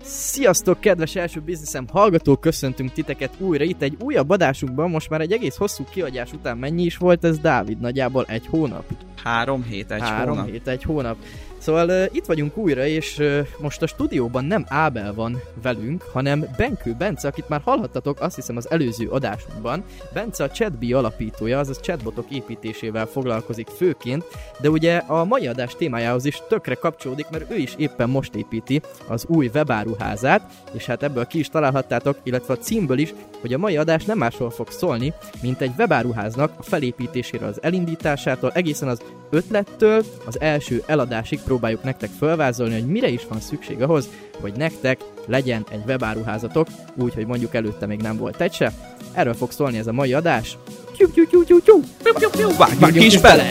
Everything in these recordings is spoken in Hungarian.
Sziasztok, kedves Első Bizniszem hallgatók, köszöntünk titeket újra itt egy újabb adásunkban, most már egy egész hosszú kiadás után. Mennyi is volt ez, Dávid? Nagyjából egy hónap? 3 hét, egy hónap. Szóval itt vagyunk újra, és most a stúdióban nem Ábel van velünk, hanem Benkő Bence, akit már hallhattatok, azt hiszem az előző adásunkban. Bence a ChatBee alapítója, azaz chatbotok építésével foglalkozik főként, de ugye a mai adás témájához is tökre kapcsolódik, mert ő is éppen most építi az új webáruházát, és hát ebből ki is találhattátok, illetve a címből is, hogy a mai adás nem másról fog szólni, mint egy webáruháznak a felépítésére, az elindításától, egészen az ötlettől az első eladásig próbáljuk nektek felvázolni, hogy mire is van szükség ahhoz, hogy nektek legyen egy webáruházatok, úgyhogy mondjuk előtte még nem volt egy se. Erről fog szólni ez a mai adás. Vágjunk is bele!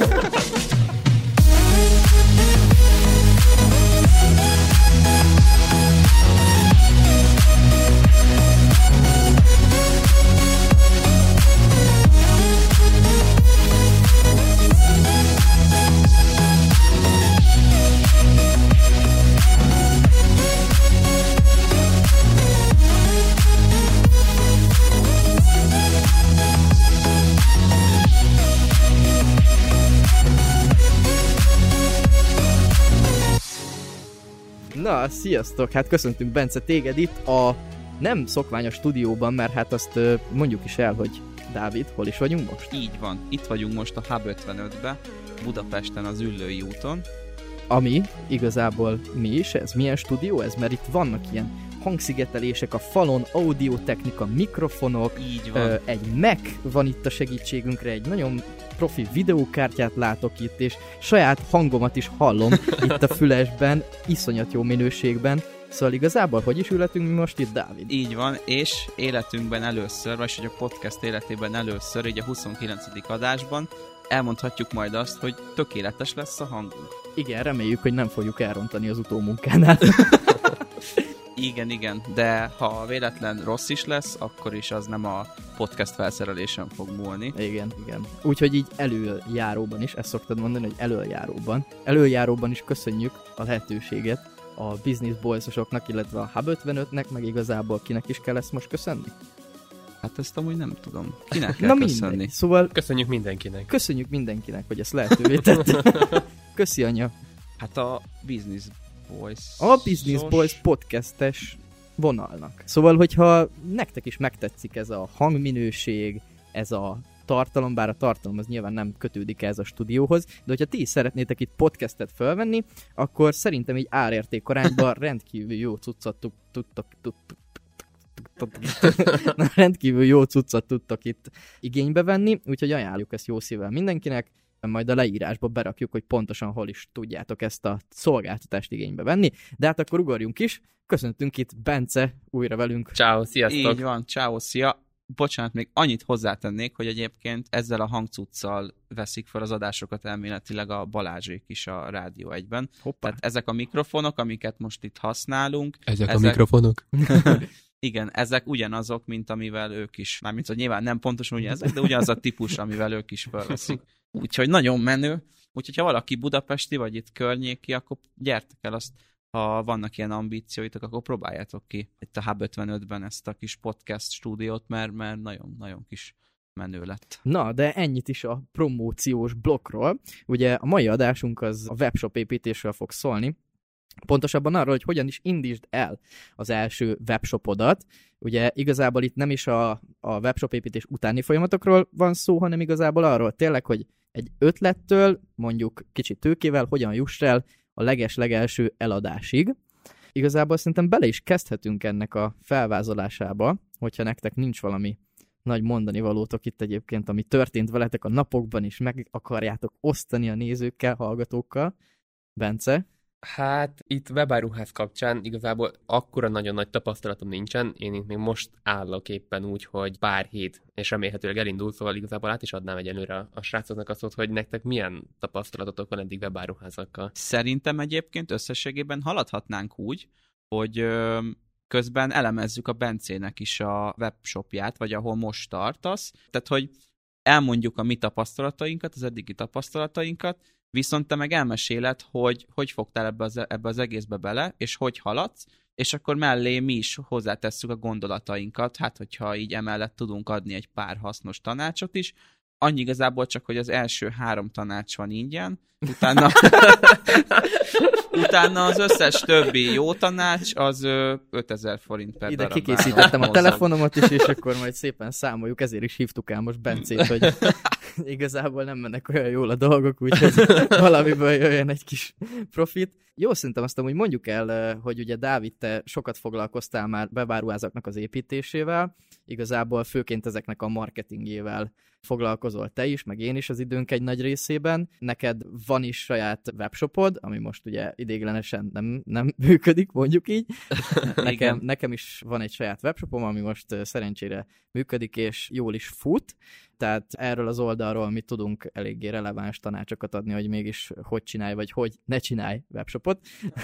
Na, sziasztok! Hát köszöntünk, Bence, téged itt a nem szokványos stúdióban, mert hát azt mondjuk is el, hogy Dávid, hol is vagyunk most? Így van, itt vagyunk most a Hub 55-be, Budapesten az Üllői úton. Ami igazából mi is ez? Milyen stúdió ez? Mert itt vannak ilyen hangszigetelések a falon, audiotechnika, mikrofonok, így van. Egy Mac van itt a segítségünkre, egy nagyon profi videókártyát látok itt, és saját hangomat is hallom itt a fülesben, iszonyat jó minőségben. Szóval igazából hogy is ületünk mi most itt, Dávid? Így van, és életünkben először, vagy hogy a podcast életében először, így a 29. adásban elmondhatjuk majd azt, hogy tökéletes lesz a hangunk. Igen, reméljük, hogy nem fogjuk elrontani az utómunkánál. Igen, de ha véletlen rossz is lesz, akkor is az nem a podcast felszerelésen fog múlni. Igen. Úgyhogy így előjáróban is, ezt szoktad mondani, hogy előjáróban is köszönjük a lehetőséget a Business Boys-osoknak, illetve a Hub 55-nek, meg igazából kinek is kell ezt most köszönni? Hát ezt amúgy nem tudom. Kinek kell köszönni? Mindegy. Szóval köszönjük mindenkinek, hogy ezt lehetővé tette. Köszi, anya. Hát a Business Boys. A Business Boys podcastes vonalnak. Szóval, hogyha nektek is megtetszik ez a hangminőség, ez a tartalom, bár a tartalom az nyilván nem kötődik ez a stúdióhoz, de hogyha ti is szeretnétek itt podcastet felvenni, akkor szerintem így árérték arányban rendkívül jó cuccot tudtok itt igénybe venni, úgyhogy ajánljuk ezt jó szívvel mindenkinek. Majd a leírásba berakjuk, hogy pontosan hol is tudjátok ezt a szolgáltatást igénybe venni. De hát akkor ugorjunk is. Köszöntünk itt, Bence, újra velünk. Ciao, sziasztok! Így van, ciao, szia! Bocsánat, még annyit hozzátennék, hogy egyébként ezzel a hangcuccal veszik fel az adásokat elméletileg a Balázsék is a Rádió 1-ben. Hoppá. Tehát ezek a mikrofonok, amiket most itt használunk. Ezek a mikrofonok? Igen, ezek ugyanazok, mint amivel ők is, mármint, hogy nyilván nem pontosan ugyanezek, de ugyanaz a típus, amivel ők is felveszik. Úgyhogy nagyon menő. Úgyhogy ha valaki budapesti, vagy itt környéki, akkor gyertek el azt, ha vannak ilyen ambícióitok, akkor próbáljátok ki itt a Hub 55-ben ezt a kis podcast stúdiót, mert nagyon-nagyon kis menő lett. Na, de ennyit is a promóciós blokkról. Ugye a mai adásunk az a webshop építésről fog szólni. Pontosabban arról, hogy hogyan is indítsd el az első webshopodat. Ugye igazából itt nem is a webshop építés utáni folyamatokról van szó, hanem igazából arról tényleg, hogy egy ötlettől, mondjuk kicsit tőkével, hogyan juss el a legelső eladásig. Igazából szerintem bele is kezdhetünk ennek a felvázolásába, hogyha nektek nincs valami nagy mondani valótok itt egyébként, ami történt veletek a napokban is, meg akarjátok osztani a nézőkkel, hallgatókkal. Bence? Hát itt webáruház kapcsán igazából akkora nagyon nagy tapasztalatom nincsen. Én itt még most állok éppen úgy, hogy pár hét, és remélhetőleg elindul, szóval igazából át is adnám egyelőre a srácoknak azt, hogy nektek milyen tapasztalatotok van eddig webáruházakkal. Szerintem egyébként összességében haladhatnánk úgy, hogy közben elemezzük a Bencének is a webshopját, vagy ahol most tartasz. Tehát, hogy elmondjuk a mi tapasztalatainkat, az eddigi tapasztalatainkat, viszont te meg elmeséled, hogy fogtál ebbe az egészbe bele, és hogy haladsz, és akkor mellé mi is hozzátesszük a gondolatainkat, hát hogyha így emellett tudunk adni egy pár hasznos tanácsot is, annyi igazából csak, hogy az első 3 tanács van ingyen, utána az összes többi jó tanács az 5000 forint per darab. Ide kikészítettem a telefonomat is, és akkor majd szépen számoljuk, ezért is hívtuk el most Bencét, hogy igazából nem mennek olyan jól a dolgok, úgyhogy valamiből jöjjön egy kis profit. Jó, szerintem azt amúgy mondjuk el, hogy ugye Dávid, te sokat foglalkoztál már webáruházaknak az építésével, igazából főként ezeknek a marketingjével foglalkozol te is, meg én is az időnk egy nagy részében. Neked van is saját webshopod, ami most ugye ideiglenesen nem működik, mondjuk így. Nekem is van egy saját webshopom, ami most szerencsére működik, és jól is fut. Tehát erről az oldalról mi tudunk eléggé releváns tanácsokat adni, hogy mégis hogy csinálj, vagy hogy ne csinálj webshopot.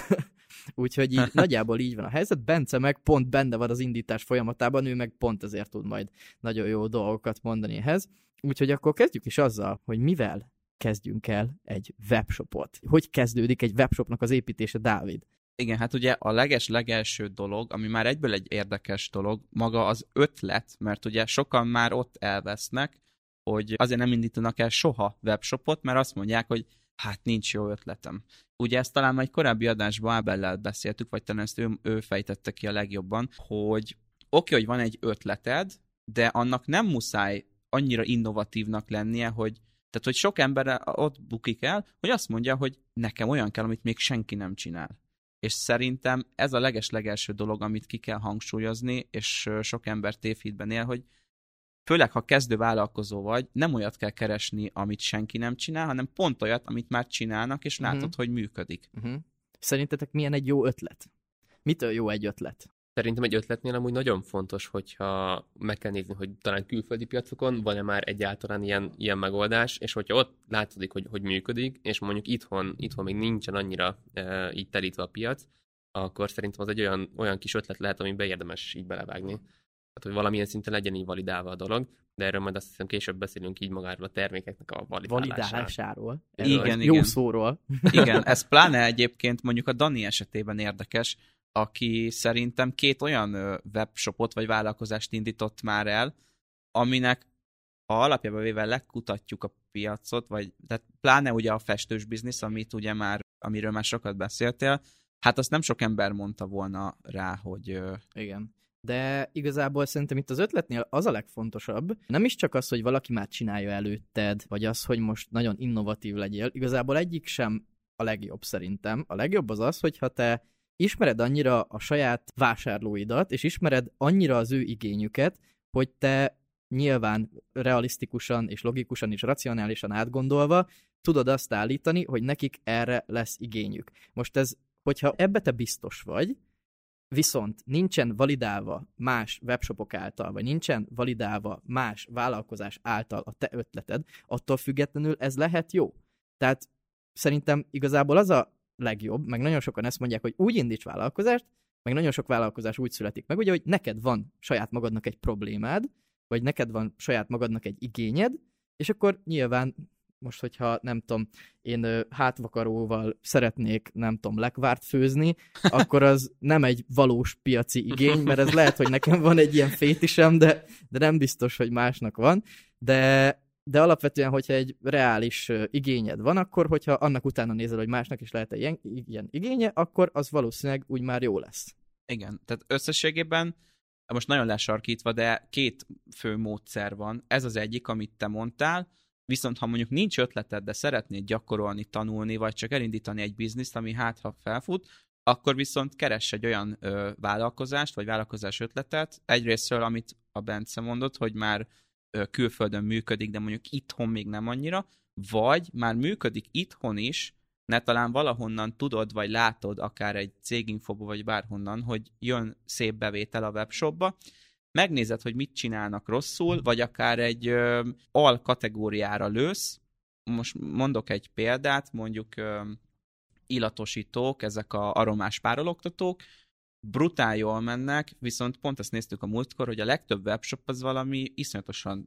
Úgyhogy így, nagyjából így van a helyzet. Bence meg pont benne van az indítás folyamatában, ő meg pont ezért tud majd nagyon jó dolgokat mondani ehhez. Úgyhogy akkor kezdjük is azzal, hogy mivel kezdjünk el egy webshopot. Hogy kezdődik egy webshopnak az építése, Dávid? Igen, hát ugye a legelső dolog, ami már egyből egy érdekes dolog, maga az ötlet, mert ugye sokan már ott elvesznek, hogy azért nem indítanak el soha webshopot, mert azt mondják, hogy hát nincs jó ötletem. Ugye ezt talán már egy korábbi adásban Ábellel beszéltük, vagy talán ezt ő fejtette ki a legjobban, hogy oké, hogy van egy ötleted, de annak nem muszáj annyira innovatívnak lennie, hogy sok ember ott bukik el, hogy azt mondja, hogy nekem olyan kell, amit még senki nem csinál. És szerintem ez a legelső dolog, amit ki kell hangsúlyozni, és sok ember tévhitben él, hogy főleg, ha kezdő vállalkozó vagy, nem olyat kell keresni, amit senki nem csinál, hanem pont olyat, amit már csinálnak, és látod, hogy működik. Szerintetek milyen egy jó ötlet? Mitől jó egy ötlet? Szerintem egy ötletnél amúgy nagyon fontos, hogyha meg kell nézni, hogy talán külföldi piacokon van-e már egyáltalán ilyen megoldás, és hogyha ott látszódik, hogy működik, és mondjuk itthon még nincsen annyira így telítve a piac, akkor szerintem az egy olyan kis ötlet lehet, amiben érdemes így belevágni. Tehát, hogy valamilyen szinten legyen így validálva a dolog, de erről majd azt hiszem később beszélünk így magáról a termékeknek a validálásáról. Igen. Jó szóról. Igen, ez pláne egyébként mondjuk a Dani esetében érdekes, aki szerintem 2 olyan webshopot vagy vállalkozást indított már el, aminek ha alapjában véve lekutatjuk a piacot, tehát pláne ugye a festős biznisz, amiről már sokat beszéltél, hát azt nem sok ember mondta volna rá, hogy... Igen. De igazából szerintem itt az ötletnél az a legfontosabb, nem is csak az, hogy valaki már csinálja előtted, vagy az, hogy most nagyon innovatív legyél, igazából egyik sem a legjobb szerintem. A legjobb az, hogyha te ismered annyira a saját vásárlóidat, és ismered annyira az ő igényüket, hogy te nyilván realisztikusan és logikusan és racionálisan átgondolva tudod azt állítani, hogy nekik erre lesz igényük. Most ez, hogyha ebbe te biztos vagy, viszont nincsen validálva más webshopok által, vagy nincsen validálva más vállalkozás által a te ötleted, attól függetlenül ez lehet jó. Tehát szerintem igazából az a legjobb, meg nagyon sokan ezt mondják, hogy úgy indíts vállalkozást, meg nagyon sok vállalkozás úgy születik meg, ugye, hogy neked van saját magadnak egy problémád, vagy neked van saját magadnak egy igényed, és akkor nyilván most, hogyha nem tudom, én hátvakaróval szeretnék, nem tudom, lekvárt főzni, akkor az nem egy valós piaci igény, mert ez lehet, hogy nekem van egy ilyen fétisem, de nem biztos, hogy másnak van, de alapvetően, hogyha egy reális igényed van, akkor hogyha annak utána nézel, hogy másnak is lehet ilyen igénye, akkor az valószínűleg úgy már jó lesz. Igen, tehát összességében most nagyon lesarkítva, de 2 fő módszer van. Ez az egyik, amit te mondtál, viszont ha mondjuk nincs ötleted, de szeretnéd gyakorolni, tanulni, vagy csak elindítani egy bizniszt, ami ha felfut, akkor viszont keress egy olyan vállalkozást, vagy vállalkozás ötletet. Egyrésztről, amit a Bence mondott, hogy már külföldön működik, de mondjuk itthon még nem annyira, vagy már működik itthon is, ne talán valahonnan tudod, vagy látod, akár egy céginfóba, vagy bárhonnan, hogy jön szép bevétel a webshopba, megnézed, hogy mit csinálnak rosszul, vagy akár egy alkategóriára lősz. Most mondok egy példát, mondjuk illatosítók, ezek a aromás párologtatók, brutál jól mennek, viszont pont azt néztük a múltkor, hogy a legtöbb webshop az valami iszonyatosan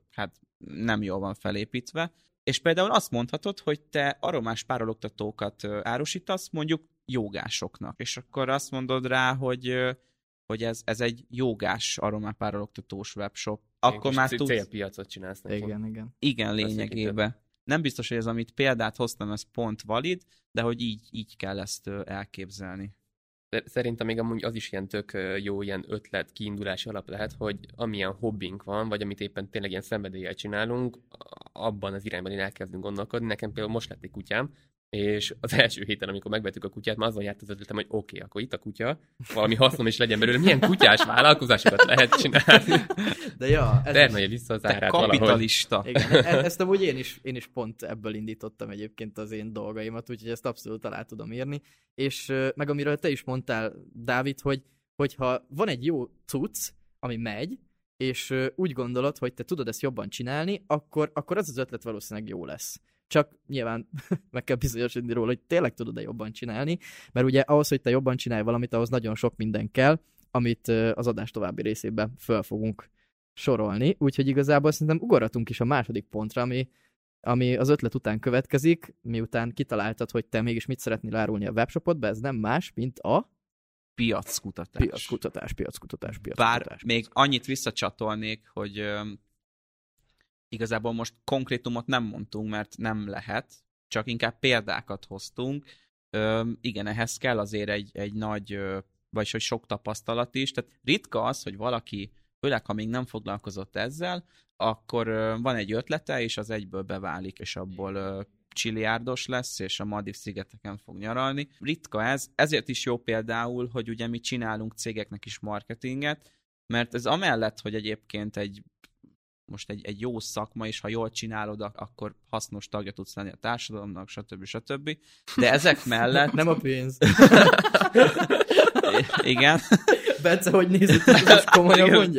nem jól van felépítve, és például azt mondhatod, hogy te aromás párologtatókat árusítasz, mondjuk jogásoknak. És akkor azt mondod rá, hogy ez egy jogás aromápárologtatós webshop. Akkor már tudsz... célpiacot csinálsz neki. Igen, lényegében. Nem biztos, hogy ez, amit példát hoztam, ez pont valid, de hogy így kell ezt elképzelni. Szerintem még amúgy az is ilyen tök jó ilyen ötlet, kiindulási alap lehet, hogy amilyen hobbink van, vagy amit éppen tényleg ilyen szenvedéllyel csinálunk, abban az irányban én elkezdünk gondolkodni. Nekem például most lett egy kutyám, és az első héten, amikor megvettük a kutyát, már azon járt az ötletem, hogy oké, akkor itt a kutya, valami hasznom is legyen belőle, milyen kutyás vállalkozásokat lehet csinálni. De ja, Termelje vissza az árát valahogy. Kapitalista. Igen, ezt amúgy én is pont ebből indítottam egyébként az én dolgaimat, úgyhogy ezt abszolút alá tudom írni. És meg amiről te is mondtál, Dávid, hogyha van egy jó cucc, ami megy, és úgy gondolod, hogy te tudod ezt jobban csinálni, akkor az ötlet valószínűleg jó lesz. Csak nyilván meg kell bizonyosodni róla, hogy tényleg tudod-e jobban csinálni, mert ugye ahhoz, hogy te jobban csinálj valamit, ahhoz nagyon sok minden kell, amit az adás további részében föl fogunk sorolni. Úgyhogy igazából szerintem ugorhatunk is a második pontra, ami az ötlet után következik, miután kitaláltad, hogy te mégis mit szeretnél árulni a webshopodba, ez nem más, mint a... Piackutatás. Bár még annyit visszacsatolnék, hogy igazából most konkrétumot nem mondtunk, mert nem lehet, csak inkább példákat hoztunk. Igen, ehhez kell azért egy nagy, vagyis hogy sok tapasztalat is. Tehát ritka az, hogy valaki, főleg ha még nem foglalkozott ezzel, akkor van egy ötlete, és az egyből beválik, és abból csiliárdos lesz, és a Maldív-szigeteken fog nyaralni. Ritka ez, ezért is jó például, hogy ugye mi csinálunk cégeknek is marketinget, mert ez amellett, hogy egyébként egy jó szakma, és ha jól csinálod, akkor hasznos tagja tudsz lenni a társadalomnak, stb. De ezek mellett... Nem a pénz. Igen. Bence, hogy nézd, ezt komolyan mondja.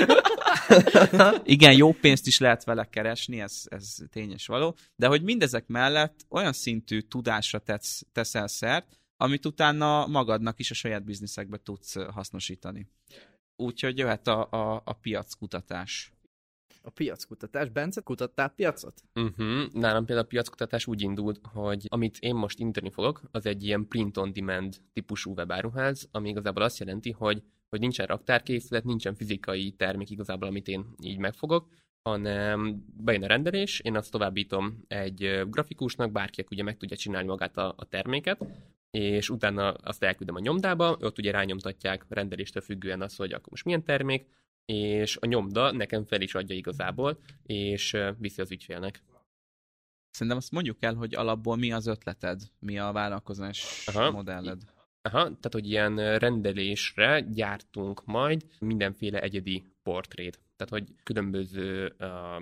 Igen, jó pénzt is lehet vele keresni, ez tényes való, de hogy mindezek mellett olyan szintű tudásra teszel szert, amit utána magadnak is a saját bizniszekbe tudsz hasznosítani. Úgyhogy jöhet a piackutatás. A piackutatás. Bence, kutattál piacot? Nálam például a piackutatás úgy indult, hogy amit én most indítani fogok, az egy ilyen print-on-demand típusú webáruház, ami igazából azt jelenti, hogy nincsen raktárkészlet, nincsen fizikai termék igazából, amit én így megfogok, hanem bejön a rendelés, én azt továbbítom egy grafikusnak, bárki, aki ugye meg tudja csinálni magát a terméket, és utána azt elküldöm a nyomdába, ott ugye rányomtatják rendeléstől függően azt, hogy akkor most milyen termék, és a nyomda nekem fel is adja igazából, és viszi az ügyfélnek. Szerintem azt mondjuk el, hogy alapból mi az ötleted, mi a vállalkozás modelled. Tehát hogy ilyen rendelésre gyártunk majd mindenféle egyedi portrét. Tehát, hogy különböző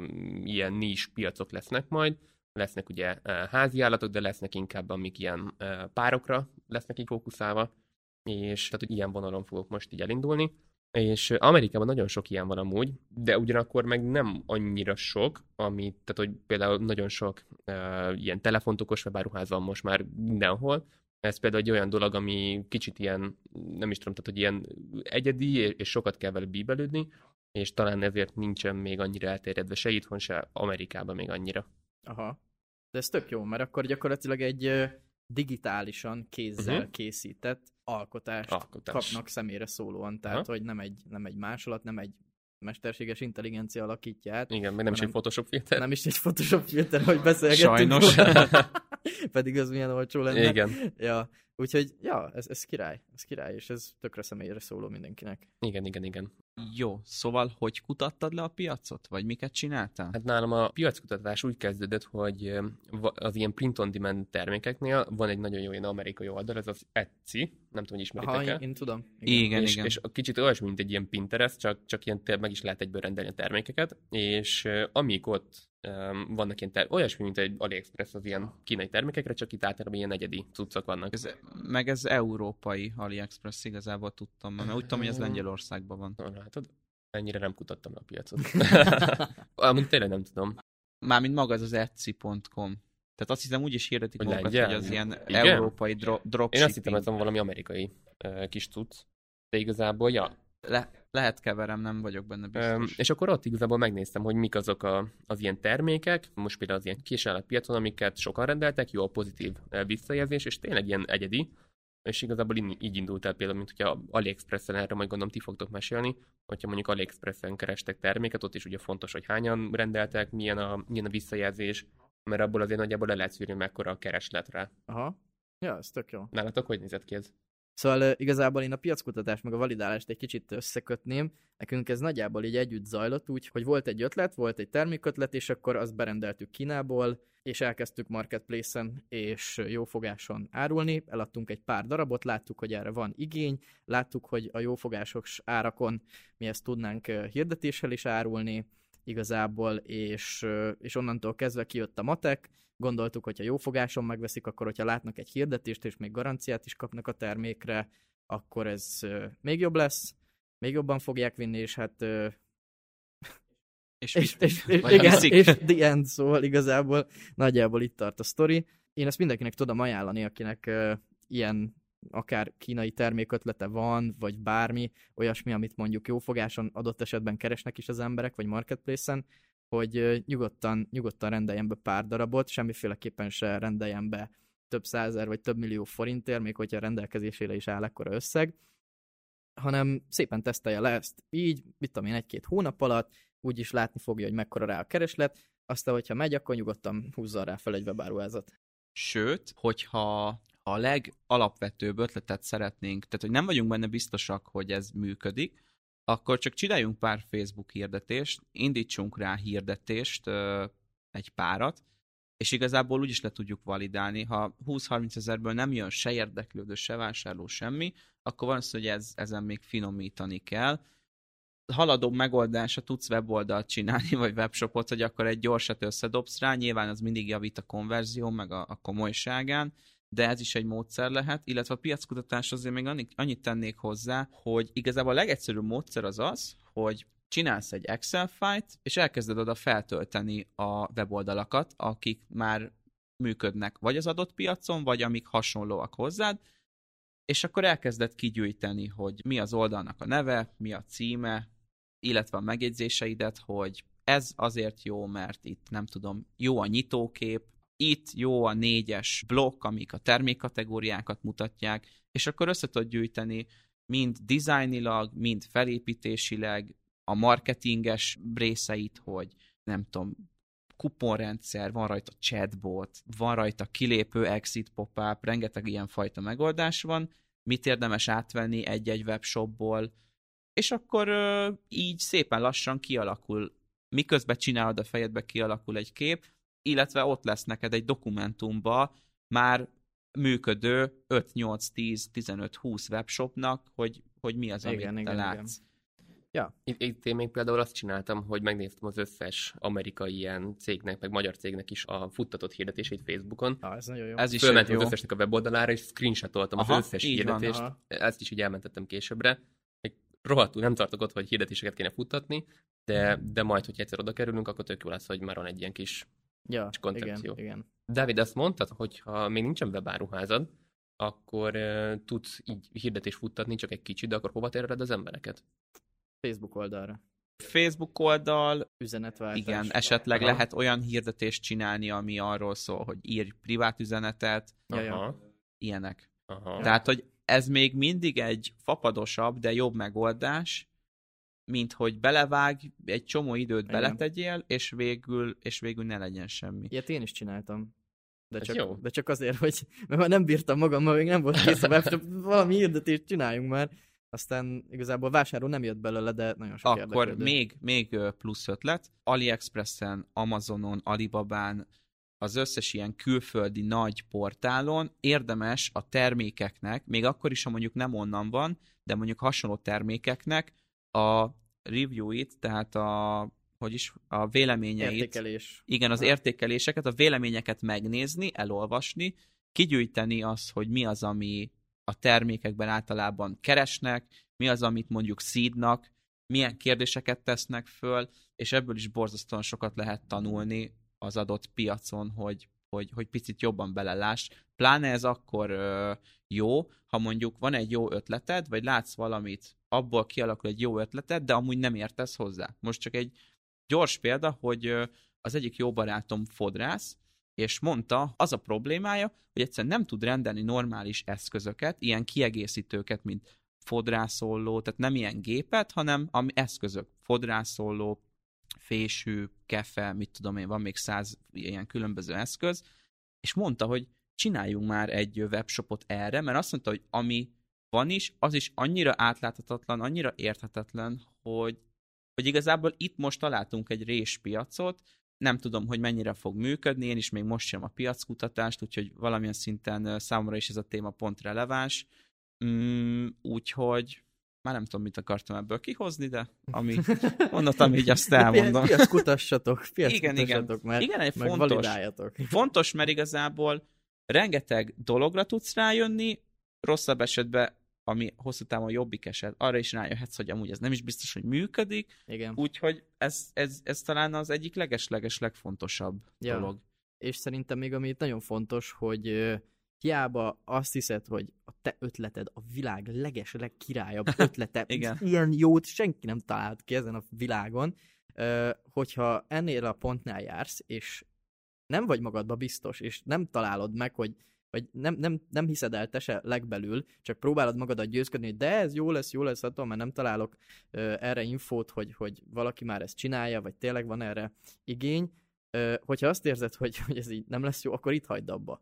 ilyen nis piacok lesznek majd, lesznek ugye házi állatok, de lesznek inkább, amik ilyen párokra lesznek így fókuszálva, és tehát, hogy ilyen vonalon fogok most így elindulni. És Amerikában nagyon sok ilyen van amúgy, de ugyanakkor meg nem annyira sok, tehát hogy például nagyon sok ilyen telefontokos webáruház van most már mindenhol. Ez például egy olyan dolog, ami kicsit ilyen, nem is tudom, tehát hogy ilyen egyedi, és sokat kell vele bíbelődni, és talán ezért nincsen még annyira elterjedve se itthon, se Amerikában még annyira. Aha. De ez tök jó, mert akkor gyakorlatilag egy digitálisan kézzel készített alkotást kapnak személyre szólóan, tehát hogy nem egy másolat, nem egy mesterséges intelligencia alakítja át. Igen, meg nem is egy Photoshop filter. Nem is egy Photoshop filter, hogy beszélgettünk. Sajnos. Pedig az milyen olcsó lenne. Igen. Ja, úgyhogy, ez király, és ez tökre személyre szóló mindenkinek. Igen. Jó, szóval hogy kutattad le a piacot? Vagy miket csináltál? Hát nálam a piackutatás úgy kezdődött, hogy az ilyen print-on-demand termékeknél van egy nagyon jó ilyen amerikai oldal, ez az Etsy, nem tudom, hogy ismeritek-e. Én tudom. Igen. És kicsit olyasmi, mint egy ilyen Pinterest, csak ilyen meg is lehet egyből rendelni a termékeket, és amíg ott vannak ilyen olyasmi, mint egy AliExpress az ilyen kínai termékekre, csak itt általában ilyen egyedi cuccok vannak. Ez európai AliExpress, igazából tudtam, mert úgy tudom, hogy ez Lengyelországban van. Látod? Ennyire nem kutattam a piacot. Amint tényleg nem tudom. Mármint maga az Etsy.com. Tehát azt hiszem úgy is hirdetik magukat, hogy az ilyen igen? európai dropshipping. Én azt hittem, ez valami amerikai kis cucc. De igazából, ja. Lehet keverem, nem vagyok benne biztos. És akkor ott igazából megnéztem, hogy mik azok az ilyen termékek, most például az ilyen kisállatpiacon, amiket sokan rendeltek, jó a pozitív visszajelzés, és tényleg ilyen egyedi. És igazából így indult el például, mint hogyha AliExpressen, erre majd gondolom ti fogtok mesélni, hogyha mondjuk AliExpressen kerestek terméket, ott is ugye fontos, hogy hányan rendeltek, milyen a visszajelzés, mert abból azért nagyjából le lehet szűrni, mekkora a keresletre. Aha. Ja, ez tök jó. Nálatok hogy nézett ki ez? Szóval igazából én a piackutatást meg a validálást egy kicsit összekötném. Nekünk ez nagyjából így együtt zajlott, úgy, hogy volt egy ötlet, volt egy termékötlet, és akkor azt berendeltük Kínából, és elkezdtük Marketplace-en és jófogáson árulni. Eladtunk egy pár darabot, láttuk, hogy erre van igény, láttuk, hogy a jófogásos árakon mi ezt tudnánk hirdetéssel is árulni igazából, és onnantól kezdve kijött a matek. Gondoltuk, hogyha jófogáson megveszik, akkor hogyha látnak egy hirdetést, és még garanciát is kapnak a termékre, akkor ez még jobb lesz, még jobban fogják vinni, és hát... És the end, szóval igazából nagyjából itt tart a sztori. Én ezt mindenkinek tudom ajánlani, akinek ilyen akár kínai termékötlete van, vagy bármi, olyasmi, amit mondjuk jófogáson adott esetben keresnek is az emberek, vagy Marketplace-en, hogy nyugodtan rendeljen be pár darabot, semmiféleképpen se rendeljen be több százezer vagy több millió forintért, még hogyha a rendelkezésére is áll ekkora összeg, hanem szépen tesztelje le ezt így, mit tudom én, 1-2 hónap alatt, úgyis látni fogja, hogy mekkora rá a kereslet, aztán, hogyha megy, akkor nyugodtan húzza rá fel egy webáruházat. Sőt, hogyha a legalapvetőbb ötletet szeretnénk, tehát hogy nem vagyunk benne biztosak, hogy ez működik, akkor csak csináljunk pár Facebook hirdetést, indítsunk rá hirdetést, egy párat, és igazából úgyis le tudjuk validálni. Ha 20-30 ezerből nem jön se érdeklődő, se vásárló, semmi, akkor van az, hogy ezen még finomítani kell. Haladóbb megoldásra tudsz weboldalt csinálni, vagy webshopot, hogy akkor egy gyorsat összedobsz rá, nyilván az mindig javít a konverzió, meg a komolyságán, de ez is egy módszer lehet, illetve a piackutatás azért még annyit tennék hozzá, hogy igazából a legegyszerűbb módszer az, hogy csinálsz egy Excel fájlt, és elkezded oda feltölteni a weboldalakat, akik már működnek vagy az adott piacon, vagy amik hasonlóak hozzád, és akkor elkezded kigyűjteni, hogy mi az oldalnak a neve, mi a címe, illetve a megjegyzéseidet, hogy ez azért jó, mert itt nem tudom, jó a nyitókép, itt jó a 4-es blokk, amik a termékkategóriákat mutatják, és akkor össze tudod gyűjteni mind dizájnilag, mind felépítésileg a marketinges részeit, hogy nem tudom, kuponrendszer, van rajta chatbot, van rajta kilépő exit pop-up, rengeteg ilyen fajta megoldás van, mit érdemes átvenni egy-egy webshopból, és akkor így szépen lassan kialakul, miközben csinálod a fejedbe, kialakul egy kép, illetve ott lesz neked egy dokumentumba már működő 5, 8, 10, 15, 20 webshopnak, hogy mi az, amit te látsz. Igen. Ja. Itt én még például azt csináltam, hogy megnéztem az összes amerikai ilyen cégnek, meg magyar cégnek is a futtatott hirdetését Facebookon. Ez nagyon jó. Ez is fölmentem az összesnek a weboldalára, és screenshotoltam az összes hirdetést. Ezt is így elmentettem későbbre. Rohadtul nem tartok ott, hogy hirdetéseket kéne futtatni, de majd, hogy egyszer oda kerülünk, akkor tök jó lesz, hogy már van egy ilyen kis koncepció. Igen. Dávid, azt mondtad, hogy ha még nincsen webáruházad, akkor tudsz így hirdetést futtatni, csak egy kicsit, de akkor hova tereled az embereket? Facebook oldalra. Facebook oldal, üzenetváltás. Igen, esetleg lehet olyan hirdetést csinálni, ami arról szól, hogy írj privát üzenetet, ilyenek. Tehát, hogy ez még mindig egy fapadosabb, de jobb megoldás, mint hogy belevág, egy csomó időt beletegyél, és végül ne legyen semmi. Ilyet én is csináltam. De csak azért, hogy mert nem bírtam magammal, még nem volt kész a webshop, valami hirdetést csináljunk már. Aztán igazából vásárló nem jött belőle, de nagyon sok érdeklődő. Akkor még plusz ötlet. AliExpressen, Amazonon, Alibabán, az összes ilyen külföldi nagy portálon érdemes a termékeknek, még akkor is, ha mondjuk nem onnan van, de mondjuk hasonló termékeknek a review-it, tehát a véleményeit. Értékelés. Igen, az értékeléseket, a véleményeket megnézni, elolvasni, kigyűjteni azt, hogy mi az, ami a termékekben általában keresnek, mi az, amit mondjuk seednak, milyen kérdéseket tesznek föl, és ebből is borzasztóan sokat lehet tanulni az adott piacon, hogy picit jobban beleláss. Pláne ez akkor jó, ha mondjuk van egy jó ötleted, vagy látsz valamit, abból kialakul egy jó ötleted, de amúgy nem értesz hozzá. Most csak egy gyors példa, hogy az egyik jó barátom fodrász, és mondta, az a problémája, hogy egyszerűen nem tud rendelni normális eszközöket, ilyen kiegészítőket, mint fodrászólló, tehát nem ilyen gépet, hanem eszközök, fodrászólló, fésű, kefe, mit tudom én, van még 100 ilyen különböző eszköz, és mondta, hogy csináljunk már egy webshopot erre, mert azt mondta, hogy ami van is, az is annyira átláthatatlan, annyira érthetetlen, hogy igazából itt most találtunk egy réspiacot, nem tudom, hogy mennyire fog működni, én is még most sem a piackutatást, úgyhogy valamilyen szinten számomra is ez a téma pont releváns, úgyhogy már nem tudom, mit akartam ebből kihozni, de ami mondottam, így azt elmondom. Piackutassatok, igen, egy meg validáljatok. Fontos, mert igazából rengeteg dologra tudsz rájönni, rosszabb esetben, ami hosszú távon jobbik eset, arra is rájöhetsz, hogy amúgy ez nem is biztos, hogy működik. Igen. Úgyhogy ez talán az egyik legfontosabb dolog. És szerintem még ami itt nagyon fontos, hogy hiába azt hiszed, hogy a te ötleted a világ legkirályabb ötlete, ilyen jót senki nem talált ki ezen a világon, hogyha ennél a pontnál jársz, és nem vagy magadba biztos, és nem találod meg, hogy nem hiszed el te se legbelül, csak próbálod magadat győzködni, hogy de ez jó lesz, attól mert nem találok erre infót, hogy valaki már ezt csinálja, vagy tényleg van erre igény. Hogyha azt érzed, hogy ez így nem lesz jó, akkor itt hagyd abba.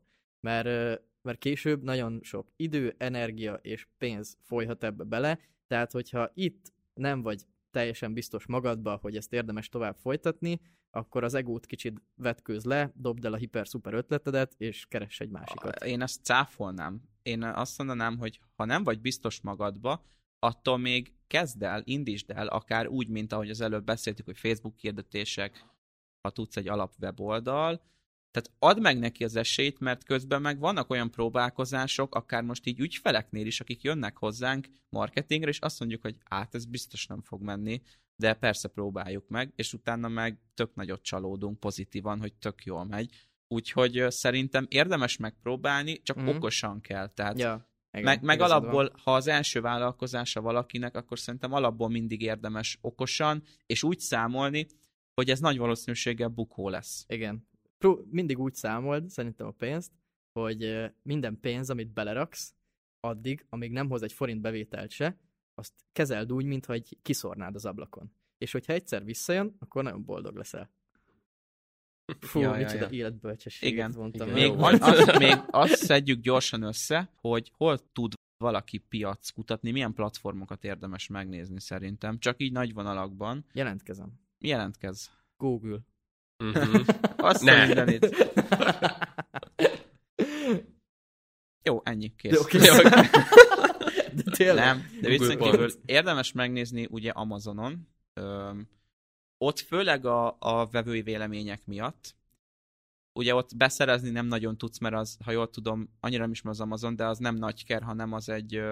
Mert később nagyon sok idő, energia és pénz folyhat ebbe bele, tehát hogyha itt nem vagy teljesen biztos magadba, hogy ezt érdemes tovább folytatni, akkor az egót kicsit vetkőz le, dobd el a hiper-szuper ötletedet, és keress egy másikat. Én ezt cáfolnám. Én azt mondanám, hogy ha nem vagy biztos magadba, attól még kezd el, indítsd el, akár úgy, mint ahogy az előbb beszéltük, hogy Facebook hirdetések, ha tudsz egy alapweboldal, tehát add meg neki az esélyt, mert közben meg vannak olyan próbálkozások, akár most így ügyfeleknél is, akik jönnek hozzánk marketingre, és azt mondjuk, hogy ez biztos nem fog menni, de persze próbáljuk meg, és utána meg tök nagyot csalódunk pozitívan, hogy tök jól megy. Úgyhogy szerintem érdemes megpróbálni, csak okosan kell. Tehát igen, meg alapból, ha az első vállalkozása valakinek, akkor szerintem alapból mindig érdemes okosan, és úgy számolni, hogy ez nagy valószínűséggel bukó lesz. Igen. Mindig úgy számold, szerintem a pénzt, hogy minden pénz, amit beleraksz, addig, amíg nem hoz egy forint bevételt se, azt kezeld úgy, mintha egy kiszórnád az ablakon. És hogyha egyszer visszajön, akkor nagyon boldog leszel. Fú, micsoda életbölcsességet mondtam. Igen. Még azt szedjük gyorsan össze, hogy hol tud valaki piac kutatni, milyen platformokat érdemes megnézni szerintem. Csak így nagy vonalakban. Jelentkezem. Jelentkezz. Google. Azt a mindenit. Jó, ennyi, kész. De tényleg. Nem, de viccen kívül érdemes megnézni ugye Amazonon. Ott főleg a vevői vélemények miatt. Ugye ott beszerezni nem nagyon tudsz, mert az, ha jól tudom, annyira nem ismer az Amazon, de az nem nagyker, hanem az egy